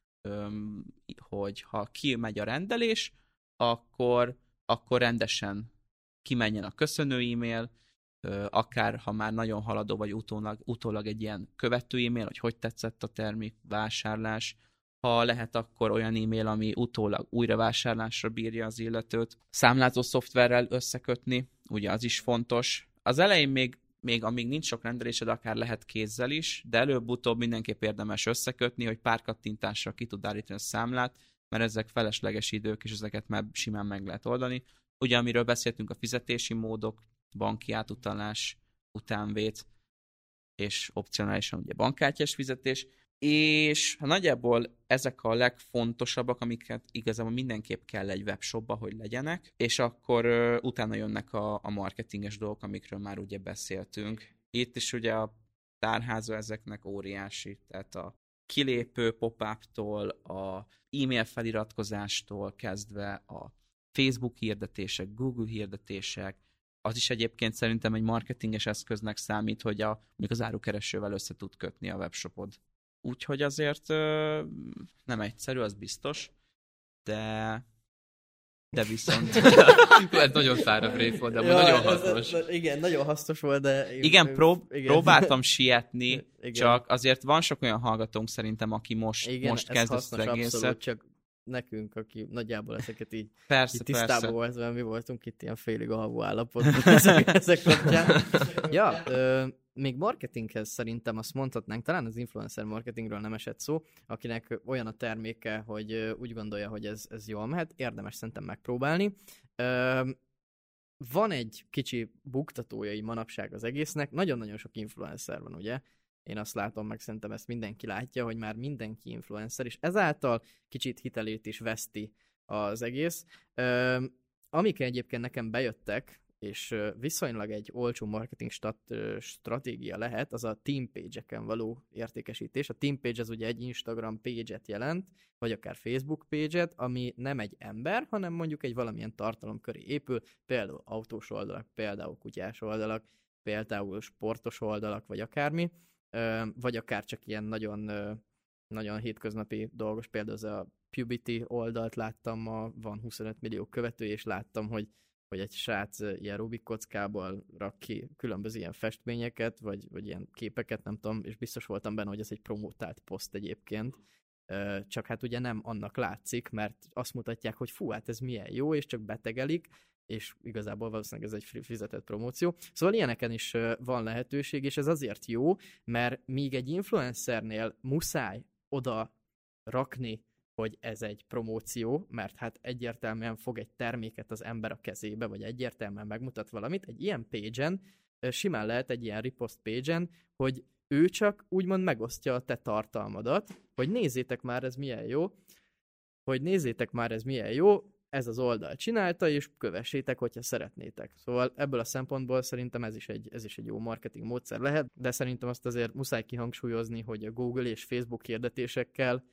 hogy ha kimegy a rendelés, akkor rendesen kimenjen a köszönő e-mail, akár ha már nagyon haladó vagy utólag egy ilyen követő e-mail, hogy tetszett a termék, vásárlás. Ha lehet, akkor olyan e-mail, ami utólag újra vásárlásra bírja az illetőt. Számlázó szoftverrel összekötni, ugye az is fontos. Az elején még amíg nincs sok rendelésed, akár lehet kézzel is, de előbb-utóbb mindenképp érdemes összekötni, hogy pár kattintásra ki tud állítani a számlát, mert ezek felesleges idők, és ezeket már simán meg lehet oldani. Ugye, amiről beszéltünk, a fizetési módok, banki átutalás, utánvét, és opcionálisan ugye bankkártyás fizetés, és nagyjából ezek a legfontosabbak, amiket igazából mindenképp kell egy webshopba, hogy legyenek, és akkor utána jönnek a marketinges dolgok, amikről már ugye beszéltünk. Itt is ugye a tárháza ezeknek óriási, tehát a kilépő pop-up-tól, a e-mail feliratkozástól kezdve a Facebook hirdetések, Google hirdetések, az is egyébként szerintem egy marketinges eszköznek számít, hogy még az árukeresővel össze tud kötni a webshopod. Úgyhogy azért nem egyszerű, az biztos, de viszont... Ez nagyon szárabb rész volt, de nagyon hasznos. Igen, nagyon hasznos volt, de... Igen, próbáltam sietni, igen. Csak azért van sok olyan hallgatónk szerintem, aki most kezd ezt az egészet. Abszolút, csak nekünk, aki nagyjából ezeket így tisztában volt, mert mi voltunk itt ilyen félig alvó állapotban ezek kapcsán. Ja, még marketinghez szerintem azt mondhatnánk, talán az influencer marketingről nem esett szó, akinek olyan a terméke, hogy úgy gondolja, hogy ez jól mehet, érdemes szerintem megpróbálni. Van egy kicsi buktatójai manapság az egésznek, nagyon-nagyon sok influencer van, ugye? Én azt látom, meg szerintem ezt mindenki látja, hogy már mindenki influencer, és ezáltal kicsit hitelét is veszti az egész. Amik egyébként nekem bejöttek, és viszonylag egy olcsó marketing stratégia lehet, az a team page-eken való értékesítés. A team page az ugye egy Instagram page-et jelent, vagy akár Facebook page-et, ami nem egy ember, hanem mondjuk egy valamilyen tartalom köré épül, például autós oldalak, például kutyás oldalak, például sportos oldalak, vagy akármi, vagy akár csak ilyen nagyon, nagyon hétköznapi dolgos, például az a Puberty oldalt láttam ma, van 25 millió követő, és láttam, hogy egy srác ilyen Rubik kockából rak ki különböző ilyen festményeket, vagy ilyen képeket, nem tudom, és biztos voltam benne, hogy ez egy promotált poszt egyébként. Csak hát ugye nem annak látszik, mert azt mutatják, hogy fú, hát ez milyen jó, és csak betegelik, és igazából valószínűleg ez egy fizetett promóció. Szóval ilyeneken is van lehetőség, és ez azért jó, mert míg egy influencernél muszáj oda rakni hogy ez egy promóció, mert hát egyértelműen fog egy terméket az ember a kezébe, vagy egyértelműen megmutat valamit. Egy ilyen page-en, simán lehet egy ilyen repost page-en, hogy ő csak úgymond megosztja a te tartalmadat, hogy nézzétek már, ez milyen jó, ez az oldal csinálta, és kövessétek, hogyha szeretnétek. Szóval ebből a szempontból szerintem ez is egy jó marketing módszer lehet, de szerintem azt azért muszáj kihangsúlyozni, hogy a Google és Facebook hirdetésekkel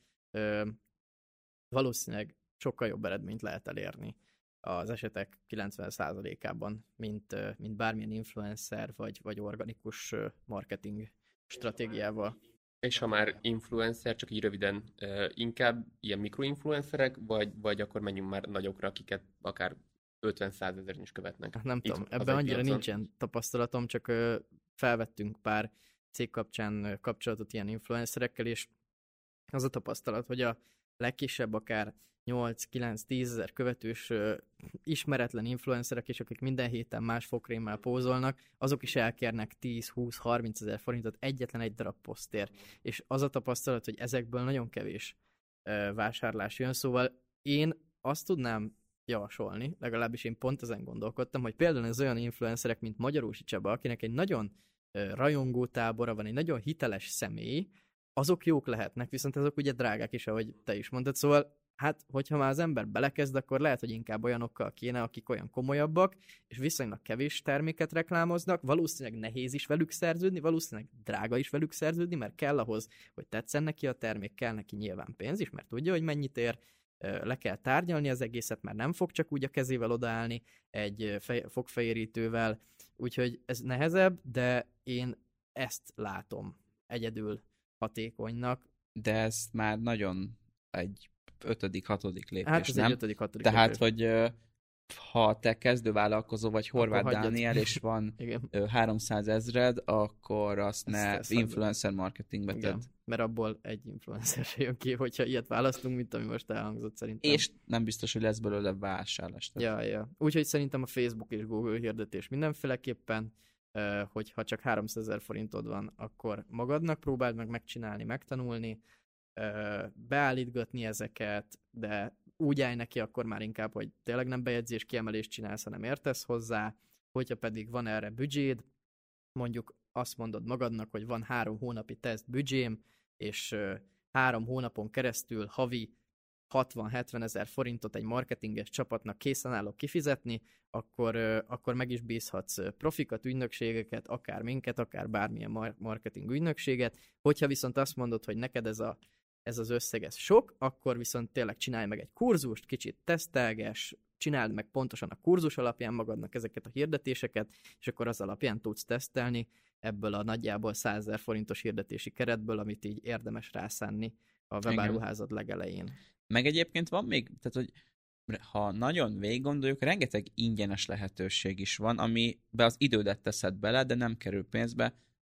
valószínűleg sokkal jobb eredményt lehet elérni az esetek 90%-ában, mint bármilyen influencer vagy organikus marketing stratégiával. És ha már influencer, csak így röviden, inkább ilyen mikroinfluencerek, vagy akkor menjünk már nagyokra, akiket akár 50-100 ezeren is követnek? Nem tudom, ebben annyira nincsen tapasztalatom, csak felvettünk pár cég kapcsán kapcsolatot ilyen influencerekkel, és az a tapasztalat, hogy a legkisebb akár 8-9-10 ezer követős ismeretlen influencerek, és akik minden héten más fogkrémmel pózolnak, azok is elkérnek 10-20-30 ezer forintot egyetlen egy darab posztért. És az a tapasztalat, hogy ezekből nagyon kevés vásárlás jön, szóval én azt tudnám javasolni, legalábbis én pont ezen gondolkodtam, hogy például az olyan influencerek, mint Magyarósi Csaba, akinek egy nagyon rajongó tábora van, egy nagyon hiteles személy, azok jók lehetnek, viszont azok ugye drágák is, ahogy te is mondtad, szóval hát, hogyha már az ember belekezd, akkor lehet, hogy inkább olyanokkal kéne, akik olyan komolyabbak, és viszonylag kevés terméket reklámoznak, valószínűleg nehéz is velük szerződni, valószínűleg drága is velük szerződni, mert kell ahhoz, hogy tetszen neki a termék, kell neki nyilván pénz is, mert tudja, hogy mennyit ér, le kell tárgyalni az egészet, mert nem fog csak úgy a kezével odaállni egy fogfehérítővel, úgyhogy ez nehezebb, de én ezt látom egyedül hatékonynak. De ez már nagyon egy 5.-6. lépés, hát ez nem? Egy 5.-6. Tehát, hogy ha te kezdővállalkozó vagy Horváth Dániel, és van 300 000, akkor azt ne influencer marketingbe tedd. Mert abból egy influencer se jön ki, hogyha ilyet választunk, mint ami most elhangzott szerintem. És nem biztos, hogy lesz belőle vásárlás. Ja. Úgyhogy szerintem a Facebook és Google hirdetés mindenféleképpen, hogyha csak 300 000 forintod van, akkor magadnak próbáld meg megcsinálni, megtanulni, beállítgatni ezeket, de úgy állj neki akkor már inkább, hogy tényleg nem bejegyzés kiemelést csinálsz, hanem értesz hozzá, hogyha pedig van erre büdzséd, mondjuk azt mondod magadnak, hogy van 3 hónapi teszt büdzsém, és 3 hónapon keresztül havi 60-70 ezer forintot egy marketinges csapatnak készen állok kifizetni, akkor meg is bízhatsz profikat, ügynökségeket, akár minket, akár bármilyen marketing ügynökséget. Hogyha viszont azt mondod, hogy neked ez az összeg ez sok, akkor viszont tényleg csinálj meg egy kurzust, kicsit tesztelges, csináld meg pontosan a kurzus alapján magadnak ezeket a hirdetéseket, és akkor az alapján tudsz tesztelni ebből a nagyjából 100 000 forintos hirdetési keretből, amit így érdemes rászánni a webáruházad legelején. Meg egyébként van még, tehát hogy ha nagyon végig gondoljuk, rengeteg ingyenes lehetőség is van, amiben az idődet teszed bele, de nem kerül pénzbe,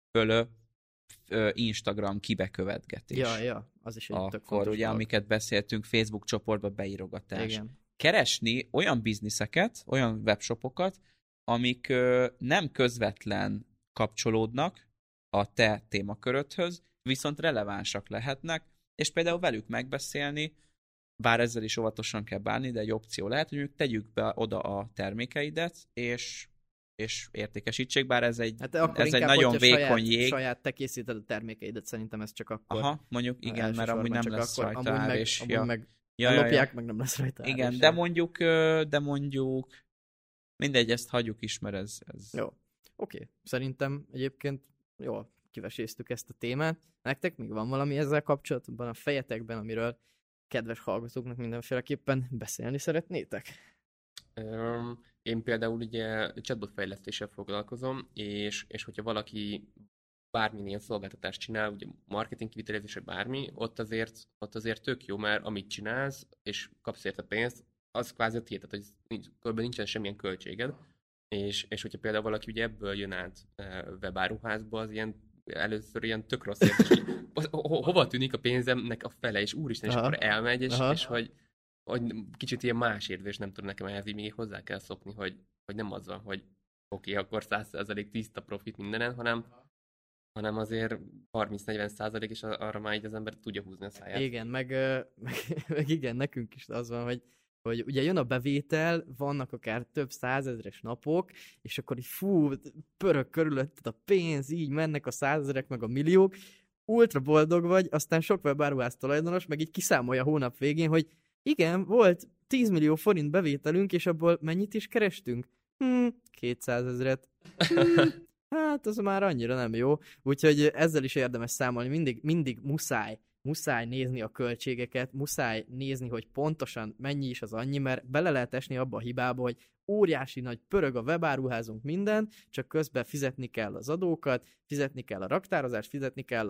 Instagram kibekövetgetés. Ja, az is egy tök fontos akkor ugye, dolog. amiket beszéltünk, Facebook csoportba beírogatás. Igen. Keresni olyan bizniszeket, olyan webshopokat, amik nem közvetlen kapcsolódnak a te témakörödhöz, viszont relevánsak lehetnek, és például velük megbeszélni, bár ezzel is óvatosan kell bánni, de egy opció lehet, hogy mondjuk tegyük be oda a termékeidet, és értékesítsék, bár ez egy nagyon vékony jég. Saját te készíted a termékeidet, szerintem ez csak akkor. Aha, mondjuk igen, mert amúgy nem lesz akkor, rajta ár, és amúgy meg lopják, meg nem lesz rajta ár. Igen, de mondjuk mindegy, ezt hagyjuk is, mert ez... Jó, oké. Szerintem egyébként jól kiveséztük ezt a témát. Nektek még van valami ezzel kapcsolatban a fejetekben, amiről kedves hallgatóknak mindenféleképpen beszélni szeretnétek? Én például ugye chatbot fejlesztéssel foglalkozom, és hogyha valaki bármilyen ilyen szolgáltatást csinál, ugye marketing kivitelezések bármi, ott azért tök jó, mert amit csinálsz, és kapsz érte pénzt, az kvázi a tiéd, tehát hogy nincsen semmilyen költséged, és hogyha például valaki ugye ebből jön át webáruházba, az először ilyen tök rossz érzés, hogy hova tűnik a pénzemnek a fele, és úristen, és akkor elmegy, és hogy kicsit ilyen más érzés, nem tudom, nekem ehhez így még hozzá kell szokni, hogy nem az van, hogy oké, akkor 100% tiszta profit mindenen, hanem hanem azért 30-40% és arra már így az ember tudja húzni a száját. Igen, meg igen, nekünk is az van, hogy ugye jön a bevétel, vannak akár több százezres napok, és akkor így pörög körülötted a pénz, így mennek a százezrek, meg a milliók, ultra boldog vagy, aztán sok webáruház tulajdonos meg így kiszámolja a hónap végén, hogy igen, volt 10 millió forint bevételünk, és abból mennyit is kerestünk? 200 000. Hát az már annyira nem jó. Úgyhogy ezzel is érdemes számolni. Mindig muszáj nézni a költségeket, muszáj nézni, hogy pontosan mennyi is az annyi, mert bele lehet esni abba a hibába, hogy óriási nagy pörög a webáruházunk minden, csak közben fizetni kell az adókat, fizetni kell a raktározást, fizetni kell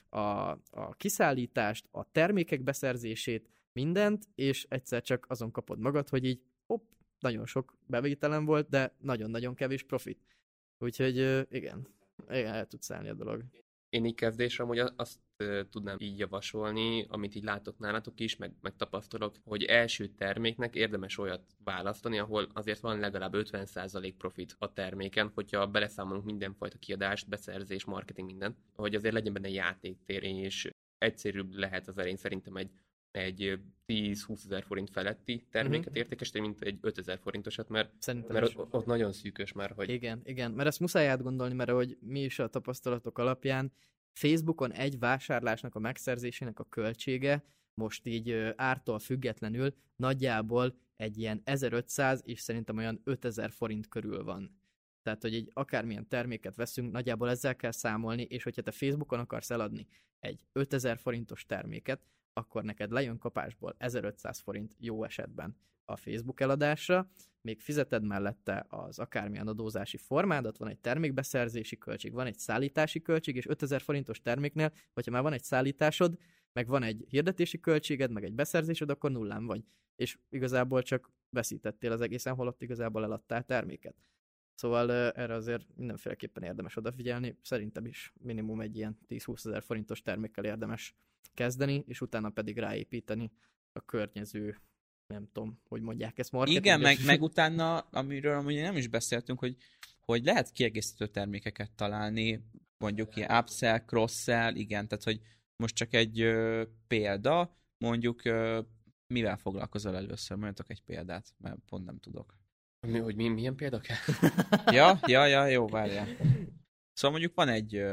a kiszállítást, a termékek beszerzését, mindent, és egyszer csak azon kapod magad, hogy így nagyon sok bevételem volt, de nagyon-nagyon kevés profit. Úgyhogy igen, el tudsz állni a dolog. Én így kezdésre amúgy azt tudnám így javasolni, amit így látok nálatok is, meg tapasztalok, hogy első terméknek érdemes olyat választani, ahol azért van legalább 50% profit a terméken, hogyha beleszámolunk mindenfajta kiadást, beszerzés, marketing, minden, hogy azért legyen benne játéktér, és egyszerűbb lehet az elején szerintem egy 10-20 000 forint feletti terméket értékesíteni, mint egy 5 000 forintosat, mert ott nagyon szűkös már, hogy... Igen, mert ezt muszáj átgondolni, mert ahogy mi is a tapasztalatok alapján, Facebookon egy vásárlásnak a megszerzésének a költsége most így ártól függetlenül nagyjából egy ilyen 1500 és szerintem olyan 5000 forint körül van. Tehát, hogy egy akármilyen terméket veszünk, nagyjából ezzel kell számolni, és hogyha te Facebookon akarsz eladni egy 5000 forintos terméket, akkor neked lejön kapásból 1500 forint jó esetben a Facebook eladásra, még fizeted mellette az akármilyen adózási formádat, van egy termékbeszerzési költség, van egy szállítási költség, és 5000 forintos terméknél, hogyha már van egy szállításod, meg van egy hirdetési költséged, meg egy beszerzésed, akkor nullán vagy. És igazából csak veszítettél az egészen, holott igazából eladtál terméket. Szóval erre azért mindenféleképpen érdemes odafigyelni, szerintem is minimum egy ilyen 10-20 000 forintos termékkel érdemes kezdeni, és utána pedig ráépíteni a környező, nem tudom, hogy mondják ezt, marketing. Igen, meg utána, amiről amúgy nem is beszéltünk, hogy lehet kiegészítő termékeket találni, mondjuk ilyen upsell, cross-sell, igen, tehát hogy most csak egy példa, mondjuk mivel foglalkozol először? Mondjatok egy példát, mert pont nem tudok. Hogy milyen példa kell? Ja, jó, várjál. Szóval mondjuk van egy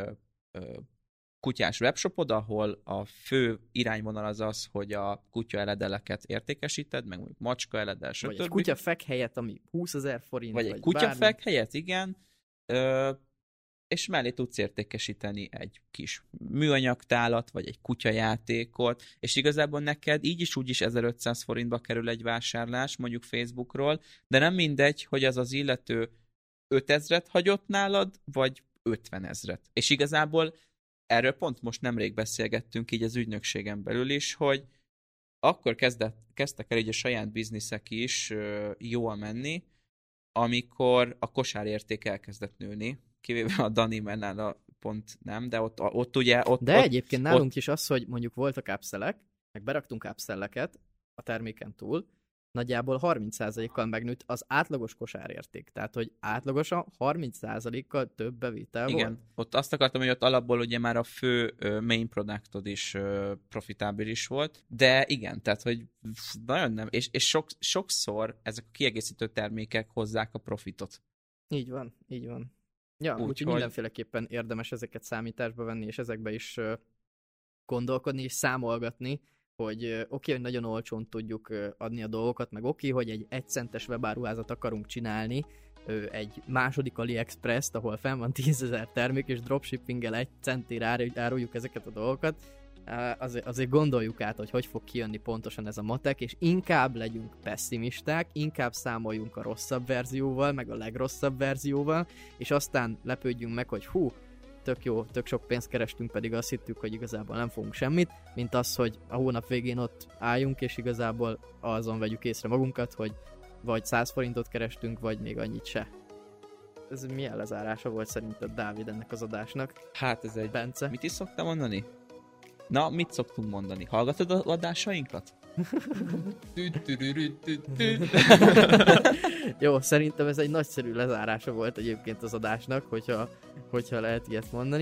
kutyás webshopod, ahol a fő irányvonal az, hogy a kutya eledeleket értékesíted, meg mondjuk macska eledel, stb. Vagy egy kutyafek helyett, ami 20 000 forint. Vagy egy kutyafek helyett, igen. És mellé tudsz értékesíteni egy kis műanyagtálat, vagy egy kutyajátékot, és igazából neked így is úgy is 1500 forintba kerül egy vásárlás, mondjuk Facebookról, de nem mindegy, hogy az illető 5000-et hagyott nálad, vagy 50 000. És igazából erről pont most nemrég beszélgettünk így az ügynökségen belül is, hogy akkor kezdtek el így a saját bizniszek is jól menni, amikor a kosárérték elkezdett nőni, kivéve a Dani, mert nála pont nem, de ott ugye... De egyébként nálunk is az, hogy mondjuk voltak upsellek, meg beraktunk upselleket a terméken túl, nagyjából 30%-kal megnőtt az átlagos kosárérték. Tehát, hogy átlagosan 30%-kal több bevétel volt. Igen, ott azt akartam, hogy ott alapból ugye már a fő main productod is profitábilis volt, de igen, tehát, hogy nagyon nem, és sokszor ezek a kiegészítő termékek hozzák a profitot. Így van. Ja, úgyhogy mindenféleképpen érdemes ezeket számításba venni, és ezekbe is gondolkodni, és számolgatni, hogy oké, hogy nagyon olcsón tudjuk adni a dolgokat, meg oké, hogy egy 1 centes webáruházat akarunk csinálni, egy második AliExpress-t, ahol fenn van 10 000 termék, és dropshippinggel 1 centére áruljuk ezeket a dolgokat, azért gondoljuk át, hogy fog kijönni pontosan ez a matek, és inkább legyünk pessimisták, inkább számoljunk a rosszabb verzióval, meg a legrosszabb verzióval, és aztán lepődjünk meg, hogy tök jó, tök sok pénzt kerestünk, pedig azt hittük, hogy igazából nem fogunk semmit, mint az, hogy a hónap végén ott álljunk, és igazából azon vegyük észre magunkat, hogy vagy 100 forintot kerestünk, vagy még annyit se. Ez milyen lezárása volt szerinted, Dávid, ennek az adásnak? Hát ez egy... Bence? Mit is szoktam mondani? Na, mit szoktunk mondani? Hallgatod az adásainkat? Jó, szerintem ez egy nagyszerű lezárása volt egyébként az adásnak, hogyha lehet ilyet mondani.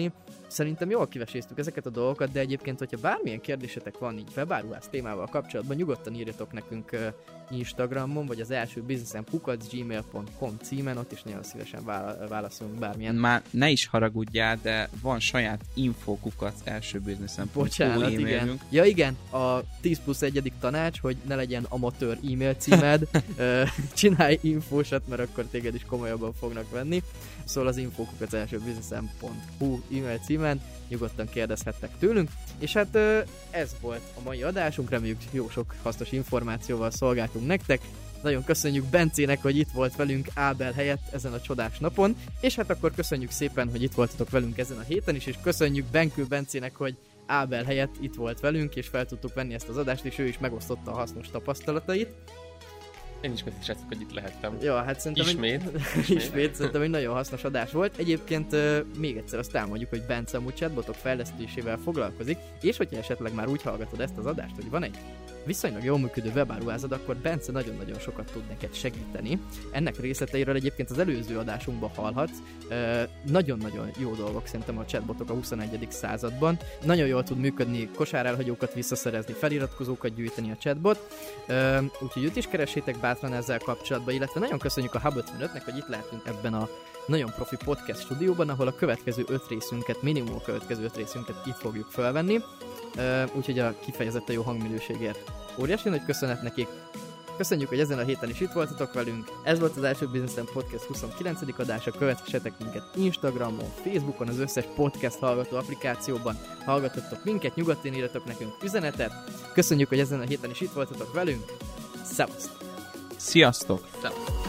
szerintem jól kiveséztük ezeket a dolgokat, de egyébként, hogyha bármilyen kérdésetek van így webáruház témával kapcsolatban, nyugodtan írjatok nekünk Instagramon, vagy az első businessen@gmail.com címen, ott is nagyon szívesen válaszolunk bármilyen. Már ne is haragudjál, de van saját infókukat első businessen.hu Bocsánat, igen. Ja igen, a 10+1. tanács, hogy ne legyen amatőr e-mail címed, csinálj infósat, mert akkor téged is komolyabban fognak venni. Szóval az infókukat az első businessen.hu e-mail címen nyugodtan kérdezhettek tőlünk, és hát ez volt a mai adásunk, reméljük jó sok hasznos információval szolgáltunk nektek. Nagyon köszönjük Bencének, hogy itt volt velünk Ábel helyett ezen a csodás napon, és hát akkor köszönjük szépen, hogy itt voltatok velünk ezen a héten is, és köszönjük Benkő Bencének, hogy Ábel helyett itt volt velünk, és fel tudtuk venni ezt az adást, és ő is megosztotta a hasznos tapasztalatait. Én is köszönöm, hogy itt lehettem. Ja, hát szerintem ismét szerintem egy nagyon hasznos adás volt. Egyébként még egyszer azt elmondjuk, hogy Bence amúgy chatbotok fejlesztésével foglalkozik, és hogyha esetleg már úgy hallgatod ezt az adást, hogy van egy viszonylag jól működő webáruházad, akkor Bence nagyon-nagyon sokat tud neked segíteni. Ennek részleteiről egyébként az előző adásunkban hallhatsz. Nagyon-nagyon jó dolgok szerintem a chatbotok a 21. században. Nagyon jól tud működni, kosárelhagyókat visszaszerezni, feliratkozókat gyűjteni a chatbot. Úgyhogy őt is keressétek bátran ezzel kapcsolatban, illetve nagyon köszönjük a Hub 55-nek, hogy itt lehetünk ebben a nagyon profi podcast stúdióban, ahol a következő 5 részünket, minimum a következő 5 részünket itt fogjuk felvenni. Úgyhogy a kifejezetten jó hangminőségért óriási nagy köszönet nekik. Köszönjük, hogy ezen a héten is itt voltatok velünk. Ez volt az első Businessen Podcast 29. adása. Kövessetek minket Instagramon, Facebookon, az összes podcast hallgató applikációban. Hallgatottok minket, nyugodtan írjatok nekünk üzenetet. Köszönjük, hogy ezen a héten is itt voltatok velünk. Szevasztok! Sziasztok! Szevasztok!